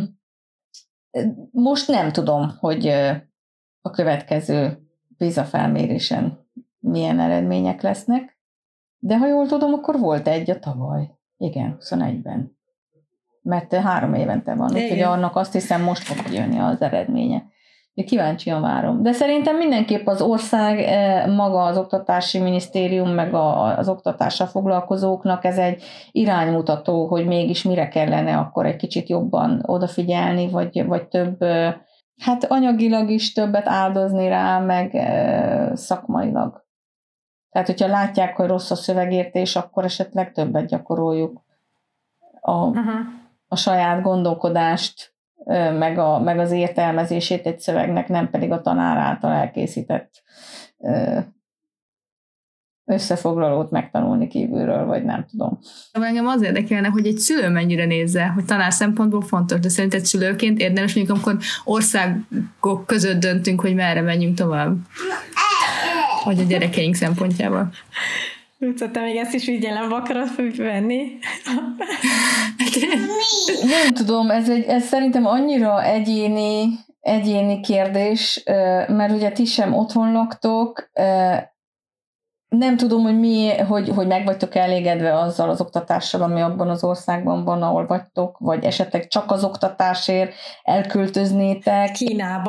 most nem tudom, hogy a következő PISA felmérésen milyen eredmények lesznek, de ha jól tudom, akkor volt egy a tavaly. Igen, 21-ben. Mert 3 évente van, úgyhogy annak azt hiszem most fog jönni az eredménye. Kíváncsian várom. De szerintem mindenképp az ország, maga az oktatási minisztérium, meg az oktatással foglalkozóknak ez egy iránymutató, hogy mégis mire kellene akkor egy kicsit jobban odafigyelni, vagy több, hát anyagilag is többet áldozni rá, meg szakmailag. Tehát, hogyha látják, hogy rossz a szövegértés, akkor esetleg többet gyakoroljuk a saját gondolkodást, meg az értelmezését egy szövegnek, nem pedig a tanár által elkészített összefoglalót megtanulni kívülről, vagy nem tudom. Engem az érdekelne, hogy egy szülő mennyire nézze, hogy tanár szempontból fontos, de szerinted szülőként érdemes, mondjuk amikor országok között döntünk, hogy merre menjünk tovább. Vagy a gyerekeink szempontjából. Te még ezt is figyelembe akarod venni? Nem tudom, ez szerintem annyira egyéni kérdés, mert ugye ti sem otthon laktok, Nem tudom, hogy meg vagytok elégedve azzal az oktatással, ami abban az országban van, ahol vagytok, vagy esetleg csak az oktatásért elköltöznétek. Kínába.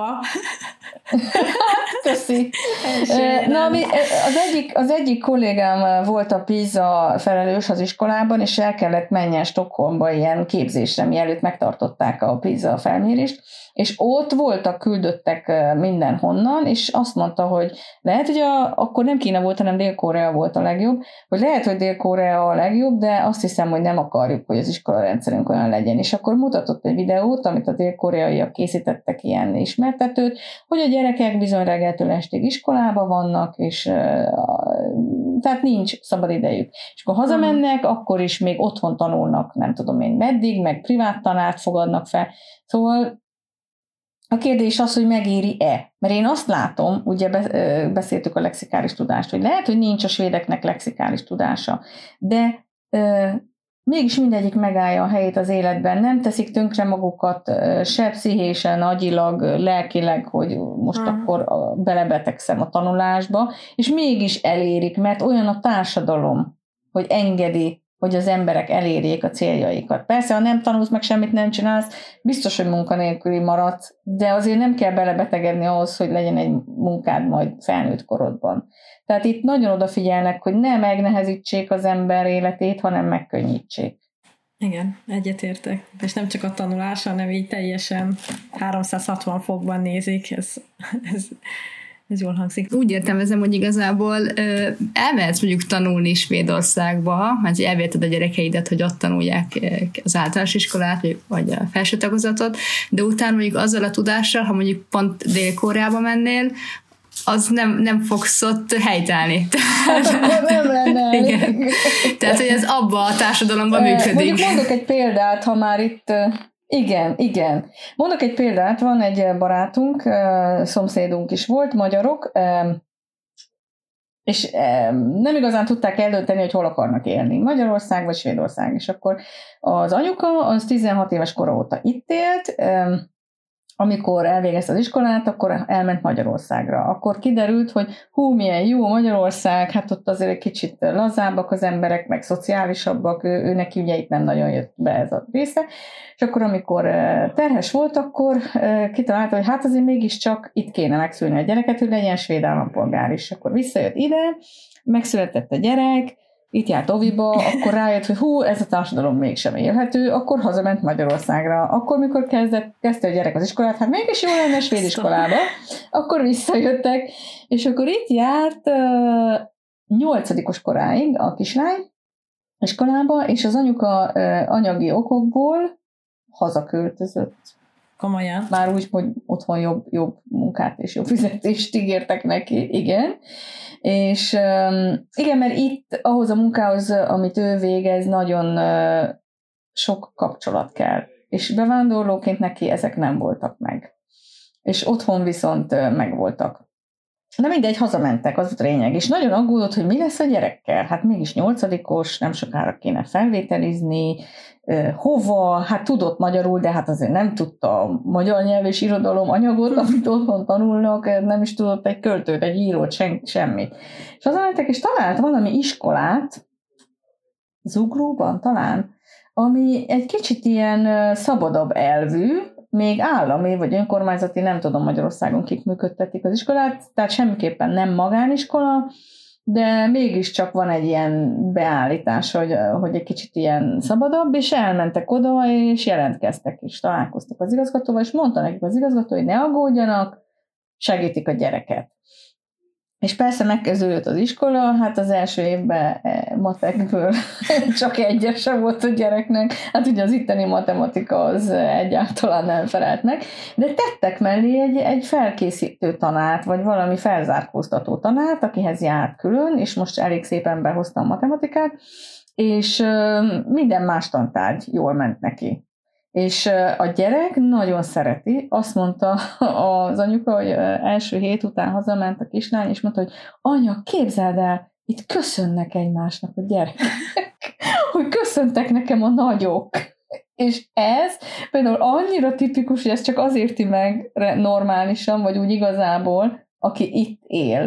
Köszi. Na, az egyik kollégám volt a PISA felelős az iskolában, és el kellett menjen Stockholmba ilyen képzésre, mielőtt megtartották a PISA felmérést, és ott voltak küldöttek mindenhonnan, és azt mondta, hogy lehet, hogy akkor nem Kína volt, hanem Dél-Korea volt a legjobb, hogy lehet, hogy Dél-Korea a legjobb, de azt hiszem, hogy nem akarjuk, hogy az iskolarendszerünk olyan legyen. És akkor mutatott egy videót, amit a dél-koreaiak készítettek, ilyen ismertetőt, hogy a gyerekek bizony reggeltől estig iskolába vannak, és tehát nincs szabad idejük. És akkor hazamennek, akkor is még otthon tanulnak, nem tudom én meddig, meg privát tanárt fogadnak fel. Szóval a kérdés az, hogy megéri-e. Mert én azt látom, ugye beszéltük a lexikális tudást, hogy lehet, hogy nincs a svédeknek lexikális tudása, de mégis mindegyik megállja a helyét az életben, nem teszik tönkre magukat se pszichésen, agyilag, lelkileg, hogy most akkor belebetegszem a tanulásba, és mégis elérik, mert olyan a társadalom, hogy engedi, hogy az emberek elérjék a céljaikat. Persze, ha nem tanulsz, meg semmit nem csinálsz, biztos, hogy munkanélküli maradsz, de azért nem kell belebetegedni ahhoz, hogy legyen egy munkád majd felnőtt korodban. Tehát itt nagyon odafigyelnek, hogy ne megnehezítsék az ember életét, hanem megkönnyítsék. Igen, egyetértek. És nem csak a tanulás, hanem így teljesen 360 fokban nézik. Ez jól hangzik. Úgy értelmezem, hogy igazából elmehetsz mondjuk tanulni Svédországba, hát elviheted a gyerekeidet, hogy ott tanulják az általános iskolát, vagy a felső tagozatot, de utána mondjuk azzal a tudással, ha mondjuk pont Dél-Koreába mennél, az nem fogsz ott helytállni. Nem lenne. Igen. Tehát, hogy ez abba a társadalomban működik. Mondjuk mondok egy példát, ha már itt... Igen. Mondok egy példát, van egy barátunk, szomszédunk is volt, magyarok, és nem igazán tudták eldönteni, hogy hol akarnak élni, Magyarország vagy Svédország, és akkor az anyuka az 16 éves kora óta itt élt, amikor elvégezte az iskolát, akkor elment Magyarországra. Akkor kiderült, hogy milyen jó Magyarország, hát ott azért egy kicsit lazábbak az emberek, meg szociálisabbak, ő neki ugye itt nem nagyon jött be ez a része, és akkor amikor terhes volt, akkor kitalálta, hogy hát azért mégiscsak itt kéne megszülni a gyereket, hogy legyen svéd állampolgár is. Akkor visszajött ide, megszületett a gyerek, itt járt oviba, akkor rájött, hogy ez a társadalom mégsem élhető, akkor hazament Magyarországra. Akkor, mikor kezdte a gyerek az iskolát, hát mégis jó lenne svéd iskolába, akkor visszajöttek, és akkor itt járt 8. koráig a kislány iskolába, és az anyuka anyagi okokból hazaköltözött. Komolyan? Már úgy, hogy otthon jobb munkát és jobb fizetést ígértek neki, igen. És igen, mert itt ahhoz a munkához, amit ő végez, nagyon sok kapcsolat kell. És bevándorlóként neki ezek nem voltak meg. És otthon viszont megvoltak. De mindegy, hazamentek, az volt a lényeg. És nagyon aggódott, hogy mi lesz a gyerekkel. Hát mégis 8-os, nem sokára kéne felvételizni, hova, hát tudott magyarul, de hát azért nem tudta a magyar nyelv és irodalom anyagot, amit otthon tanulnak, nem is tudott egy költőt, egy írót, semmit. És hazamentek, és talált valami iskolát, Zuglóban talán, ami egy kicsit ilyen szabadabb elvű, még állami vagy önkormányzati, nem tudom Magyarországon kik működtetik az iskolát, tehát semmiképpen nem magániskola, de mégiscsak van egy ilyen beállítás, hogy egy kicsit ilyen szabadabb, és elmentek oda, és jelentkeztek, és találkoztak az igazgatóval, és mondta nekik az igazgató, hogy ne aggódjanak, segítik a gyereket. És persze megkezdődött az iskola, hát az első évben matekből csak 1-es sem volt a gyereknek, hát ugye az itteni matematika az egyáltalán nem felelt meg, de tettek mellé egy felkészítő tanárt, vagy valami felzárkóztató tanárt, akihez járt külön, és most elég szépen behozta a matematikát, és minden más tantárgy jól ment neki. És a gyerek nagyon szereti, azt mondta az anyuka, hogy első hét után hazament a kislány, és mondta, hogy anya, képzeld el, itt köszönnek egymásnak a gyerekek, hogy köszöntek nekem a nagyok. És ez például annyira tipikus, hogy ez csak az érti meg normálisan, vagy úgy igazából, aki itt él,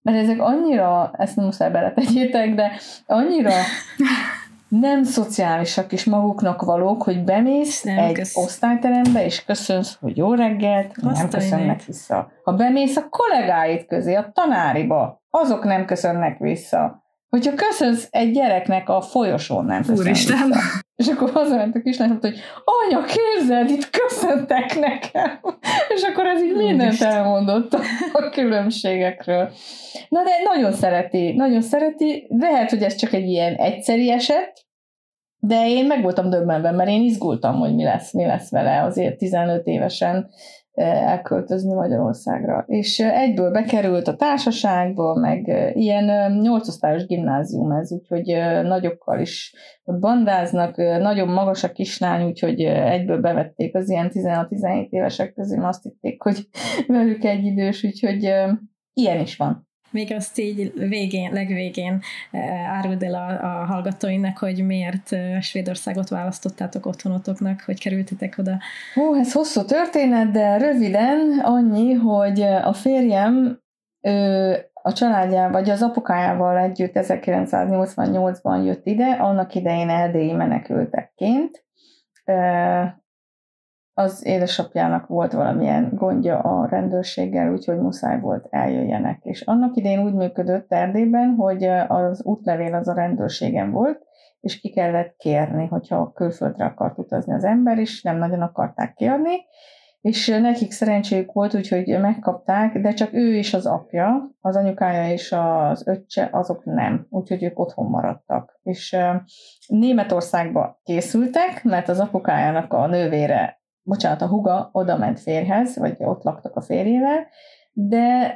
mert ezek annyira, ezt nem muszáj beletegyétek, de annyira nem szociálisak és maguknak valók, hogy bemész egy osztályterembe, és köszönsz, hogy jó reggelt, nem köszönnek vissza. Ha bemész a kollégáid közé, a tanáriba, azok nem köszönnek vissza. Hogyha köszönsz egy gyereknek a folyosón, nem köszön Úristen. vissza. És akkor hazament a kislány, mondta, hogy anya, képzeld, itt köszöntek nekem. És akkor ez így mindent elmondott a különbségekről. Na de nagyon szereti. Lehet, hogy ez csak egy ilyen egyszeri eset, de én meg voltam döbbenve, mert én izgultam, hogy mi lesz vele azért 15 évesen elköltözni Magyarországra. És egyből bekerült a társaságba, meg ilyen 8 osztályos gimnázium ez, úgyhogy nagyokkal is ott bandáznak, nagyon magas a kislány, úgyhogy egyből bevették az ilyen 16-17 évesek közé, mert azt hitték, hogy velük egyidős, úgyhogy ilyen is van. Még azt így legvégén áruld el a hallgatóinak, hogy miért Svédországot választottátok otthonotoknak, hogy kerültetek oda. Hú, ez hosszú történet, de röviden annyi, hogy a férjem a családjával, vagy az apukájával együtt 1988-ban jött ide, annak idején erdélyi menekültekként. Az édesapjának volt valamilyen gondja a rendőrséggel, úgyhogy muszáj volt eljöjjenek. És annak idején úgy működött Erdélyben, hogy az útlevél az a rendőrségen volt, és ki kellett kérni, hogyha külföldre akart utazni az ember, és nem nagyon akarták kiadni, és nekik szerencséjük volt, úgyhogy megkapták, de csak ő és az apja, az anyukája és az öccse, azok nem, úgyhogy ők otthon maradtak. És Németországba készültek, mert az apukájának a nővére, a húga oda ment férjhez, vagy ott laktak a férjével, de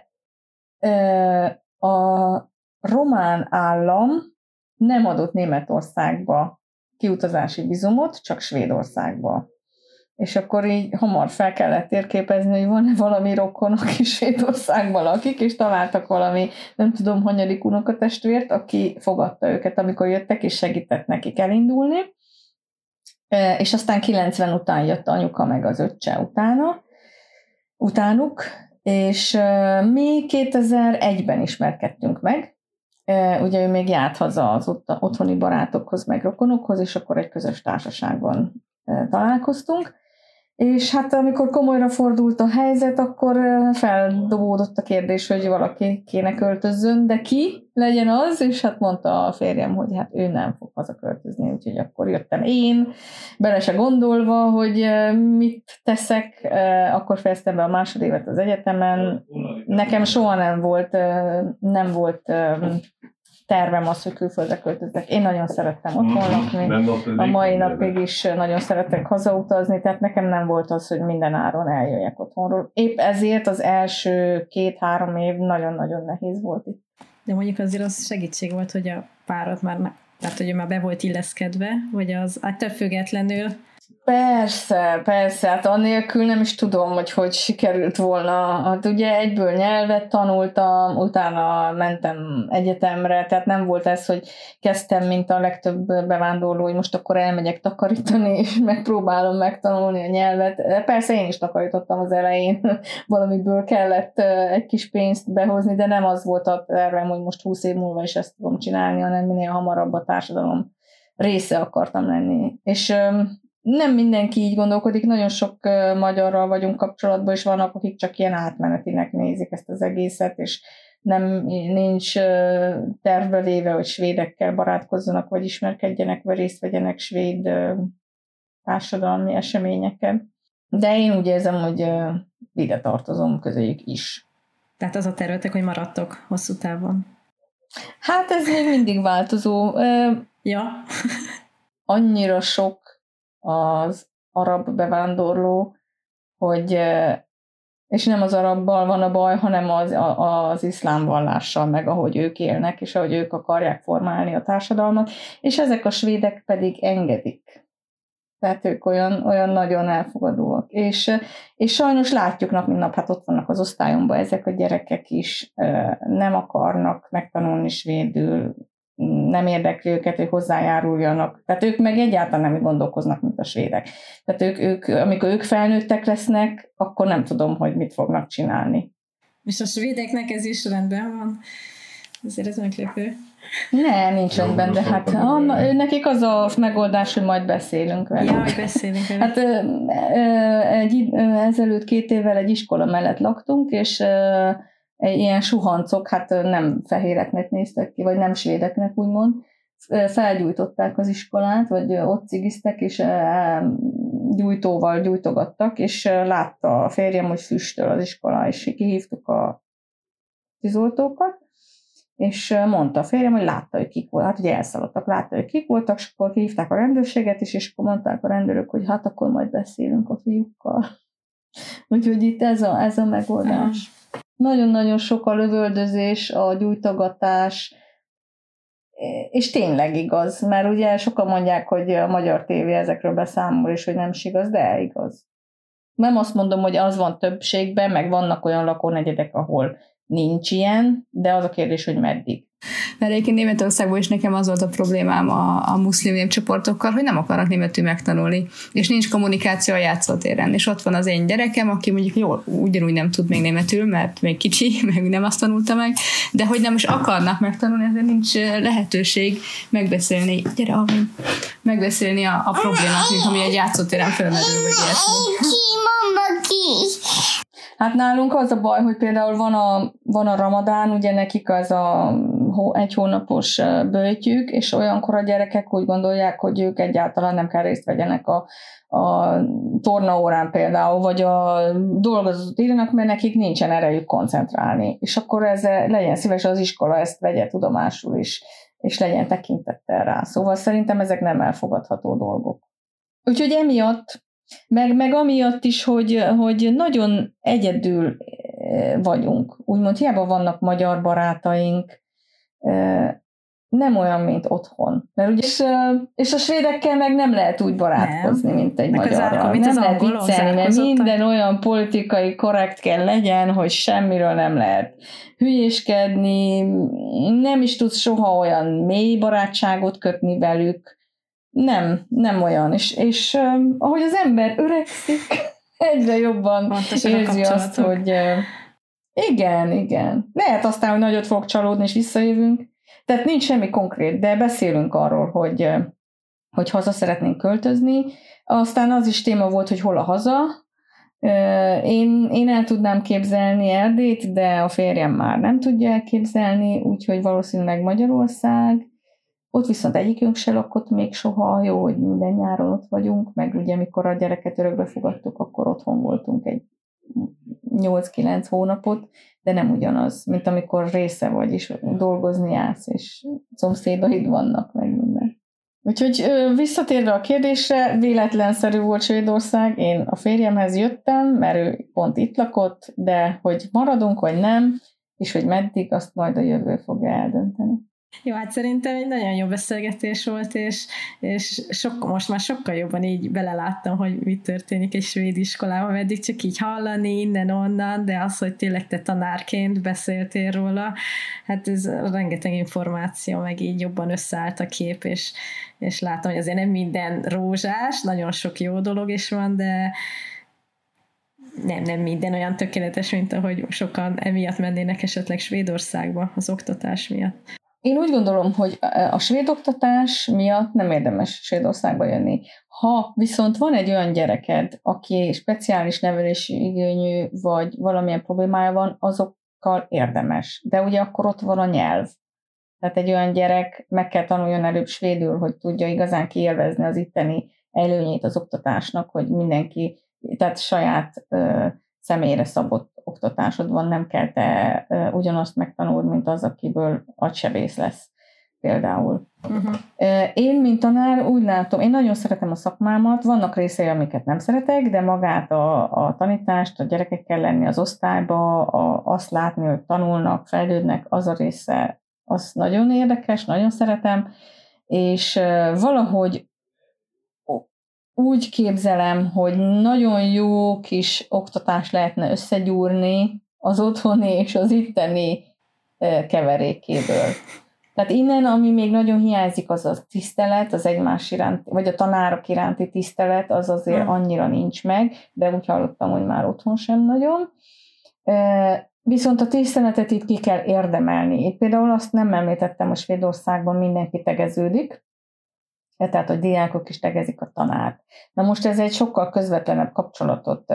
a román állam nem adott Németországba kiutazási vízumot, csak Svédországba. És akkor így hamar fel kellett térképezni, hogy van-e valami rokon, aki Svédországban lakik, és találtak valami, nem tudom, hanyadik unokatestvért, aki fogadta őket, amikor jöttek, és segített nekik elindulni. És aztán 90 után jött anyuka meg az öccse utánuk, és mi 2001-ben ismerkedtünk meg. Ugye ő még járt haza az otthoni barátokhoz, meg rokonokhoz, és akkor egy közös társaságban találkoztunk. És hát amikor komolyra fordult a helyzet, akkor feldobódott a kérdés, hogy valaki kéne költözzön, de ki legyen az, és hát mondta a férjem, hogy hát ő nem fog hazaköltözni, úgyhogy akkor jöttem én, bele se gondolva, hogy mit teszek, akkor fejeztem be a másodévet az egyetemen. Nekem soha nem volt tervem az, hogy külföldre költöznek. Én nagyon szerettem otthon lakni, a mai napig is nagyon szeretek hazautazni, tehát nekem nem volt az, hogy minden áron eljöjjek otthonról. Épp ezért az első 2-3 év nagyon-nagyon nehéz volt itt. De mondjuk azért az segítség volt, hogy a párod már, tehát hogy már be volt illeszkedve, vagy az attól függetlenül. Persze, hát annélkül nem is tudom, hogy sikerült volna. Hát ugye egyből nyelvet tanultam, utána mentem egyetemre, tehát nem volt ez, hogy kezdtem, mint a legtöbb bevándorló, hogy most akkor elmegyek takarítani, és megpróbálom megtanulni a nyelvet. Persze én is takarítottam az elején, valamiből kellett egy kis pénzt behozni, de nem az volt a tervem, hogy most 20 év múlva is ezt tudom csinálni, hanem minél hamarabb a társadalom része akartam lenni. És nem mindenki így gondolkodik, nagyon sok magyarral vagyunk kapcsolatban, és vannak, akik csak ilyen átmenetinek nézik ezt az egészet, és nincs tervbe véve, hogy svédekkel barátkozzanak, vagy ismerkedjenek, vagy részt vegyenek svéd társadalmi eseményeken. De én úgy érzem, hogy ide tartozom közöjük is. Tehát az a tervetek, hogy maradtok hosszú távon? Hát ez még mindig változó. Ja. Annyira sok az arab bevándorló, hogy, és nem az arabbal van a baj, hanem az iszlám vallással, meg ahogy ők élnek, és ahogy ők akarják formálni a társadalmat, és ezek a svédek pedig engedik. Tehát ők olyan nagyon elfogadóak. És sajnos látjuk nap mint nap, hát ott vannak az osztályomban ezek a gyerekek is, nem akarnak megtanulni svédül, nem érdekli őket, hogy hozzájáruljanak. Tehát ők meg egyáltalán nem gondolkoznak, mint a svédek. Tehát ők, amikor ők felnőttek lesznek, akkor nem tudom, hogy mit fognak csinálni. És a svédeknek ez is rendben van. Azért ez meglepő. Nem, nincs rendben, de hát nekik az a megoldás, hogy majd beszélünk vele. Ja, hogy beszélünk vele. Hát ezelőtt 2 évvel egy iskola mellett laktunk, és ilyen suhancok, hát nem fehéreknek néztek ki, vagy nem svédeknek úgymond, felgyújtották az iskolát, vagy ott cigiztek, és gyújtóval gyújtogattak, és látta a férjem, hogy füstöl az iskola, és kihívtuk a tűzoltókat, és mondta a férjem, hogy látta, hogy kik voltak, hát ugye elszaladtak, látta, hogy kik voltak, és akkor kihívták a rendőrséget is, és akkor mondták a rendőrök, hogy hát akkor majd beszélünk a fiúkkal. Úgyhogy itt ez a megoldás. Nagyon-nagyon sok a lövöldözés, a gyújtogatás, és tényleg igaz, mert ugye sokan mondják, hogy a magyar tévé ezekről beszámol, és hogy nem is igaz, de igaz. Nem azt mondom, hogy az van többségben, meg vannak olyan lakónegyedek, ahol nincs ilyen, de az a kérdés, hogy meddig. Mert egyébként Németországban is nekem az volt a problémám a muszlim népcsoportokkal, hogy nem akarnak németül megtanulni, és nincs kommunikáció a játszótéren. És ott van az én gyerekem, aki mondjuk jól ugyanúgy nem tud még németül, mert még kicsi, meg nem azt tanulta meg, de hogy nem is akarnak megtanulni, ezért nincs lehetőség megbeszélni, megbeszélni a problémát, mint ami egy játszótéren felmerül, vagy ilyesmi. Hát nálunk az a baj, hogy például van a ramadán, ugye nekik az egy hónapos böjtjük, és olyankor a gyerekek úgy gondolják, hogy ők egyáltalán nem kell részt vegyenek a tornaórán például, vagy a dolgozatot írnak, mert nekik nincsen erejük koncentrálni. És akkor legyen szíves az iskola, ezt vegye tudomásul is, és legyen tekintettel rá. Szóval szerintem ezek nem elfogadható dolgok. Úgyhogy emiatt meg amiatt is, hogy nagyon egyedül vagyunk. Úgymond hiába vannak magyar barátaink, nem olyan, mint otthon. Mert ugye, és a svédekkel meg nem lehet úgy barátkozni, mint egy magyarral. Nem lehet viccelni, mert minden olyan politikai korrekt kell legyen, hogy semmiről nem lehet hülyéskedni, nem is tudsz soha olyan mély barátságot kötni velük. Nem olyan. És ahogy az ember öregszik, egyre jobban érzi azt, hogy igen. Lehet aztán, hogy nagyot fog csalódni, és visszajövünk. Tehát nincs semmi konkrét, de beszélünk arról, hogy haza szeretnénk költözni. Aztán az is téma volt, hogy hol a haza. Én el tudnám képzelni Erdélyt, de a férjem már nem tudja elképzelni, úgyhogy valószínűleg Magyarország. Ott viszont egyikünk se lakott még soha, jó, hogy minden nyáron ott vagyunk, meg ugye amikor a gyereket örökbe fogadtuk, akkor otthon voltunk egy 8-9 hónapot, de nem ugyanaz, mint amikor része vagy, és dolgozni jársz, és szomszédaid vannak, meg minden. Úgyhogy visszatérve a kérdésre, véletlenszerű volt Svédország, én a férjemhez jöttem, mert ő pont itt lakott, de hogy maradunk, vagy nem, és hogy meddig, azt majd a jövő fogja eldönteni. Jó, hát szerintem egy nagyon jó beszélgetés volt, és most már sokkal jobban így beleláttam, hogy mi történik egy svéd iskolában, eddig csak így hallani innen-onnan, de az, hogy tényleg te tanárként beszéltél róla, hát ez rengeteg információ, meg így jobban összeállt a kép, és látom, hogy azért nem minden rózsás, nagyon sok jó dolog is van, de nem minden olyan tökéletes, mint ahogy sokan emiatt mennének esetleg Svédországba az oktatás miatt. Én úgy gondolom, hogy a svéd oktatás miatt nem érdemes Svédországba jönni. Ha viszont van egy olyan gyereked, aki speciális nevelési igényű, vagy valamilyen problémája van, azokkal érdemes. De ugye akkor ott van a nyelv. Tehát egy olyan gyerek meg kell tanuljon előbb svédül, hogy tudja igazán kiélvezni az itteni előnyét az oktatásnak, hogy mindenki, tehát saját személyre szabott oktatásod van, nem kell te ugyanazt megtanulni, mint az, akiből agysebész lesz például. Uh-huh. Én, mint tanár, úgy látom, én nagyon szeretem a szakmámat, vannak részei, amiket nem szeretek, de magát a tanítást, a gyerekekkel lenni az osztályba, azt látni, hogy tanulnak, fejlődnek, az a része, az nagyon érdekes, nagyon szeretem, és valahogy úgy képzelem, hogy nagyon jó kis oktatást lehetne összegyúrni az otthoni és az itteni keverékéből. Tehát innen, ami még nagyon hiányzik, az a tisztelet, az egymás iránti, vagy a tanárok iránti tisztelet, az azért annyira nincs meg, de úgy hallottam, hogy már otthon sem nagyon. Viszont a tiszteletet itt ki kell érdemelni. Itt például azt nem említettem, hogy Svédországban mindenki tegeződik, tehát a diákok is tegezik a tanárt. Na most ez egy sokkal közvetlenebb kapcsolatot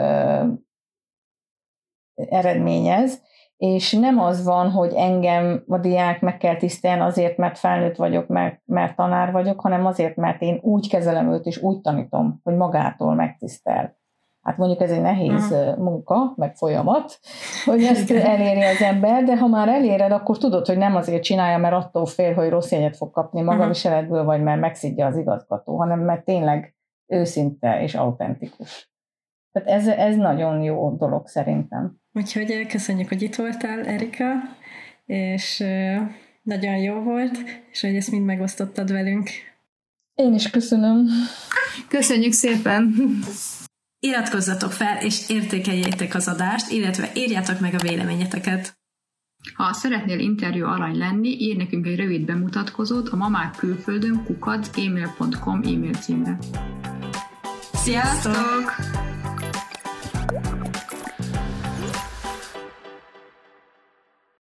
eredményez, és nem az van, hogy engem a diák meg kell tiszteljen azért, mert felnőtt vagyok, mert tanár vagyok, hanem azért, mert én úgy kezelem őt, és úgy tanítom, hogy magától megtisztel. Hát mondjuk ez egy nehéz munka, meg folyamat, hogy ezt eléri az ember, de ha már eléred, akkor tudod, hogy nem azért csinálja, mert attól fél, hogy rossz jegyet fog kapni magaviseletből, vagy mert megszidja az igazgató, hanem mert tényleg őszinte és autentikus. Tehát ez nagyon jó dolog szerintem. Úgyhogy köszönjük, hogy itt voltál, Erika, és nagyon jó volt, és hogy ezt mind megosztottad velünk. Én is köszönöm. Köszönjük szépen! Iratkozzatok fel, és értékeljétek az adást, illetve írjátok meg a véleményeteket. Ha szeretnél interjú arany lenni, írj nekünk egy rövid bemutatkozót a mamákkülföldön @gmail.com e-mail címre. Sziasztok!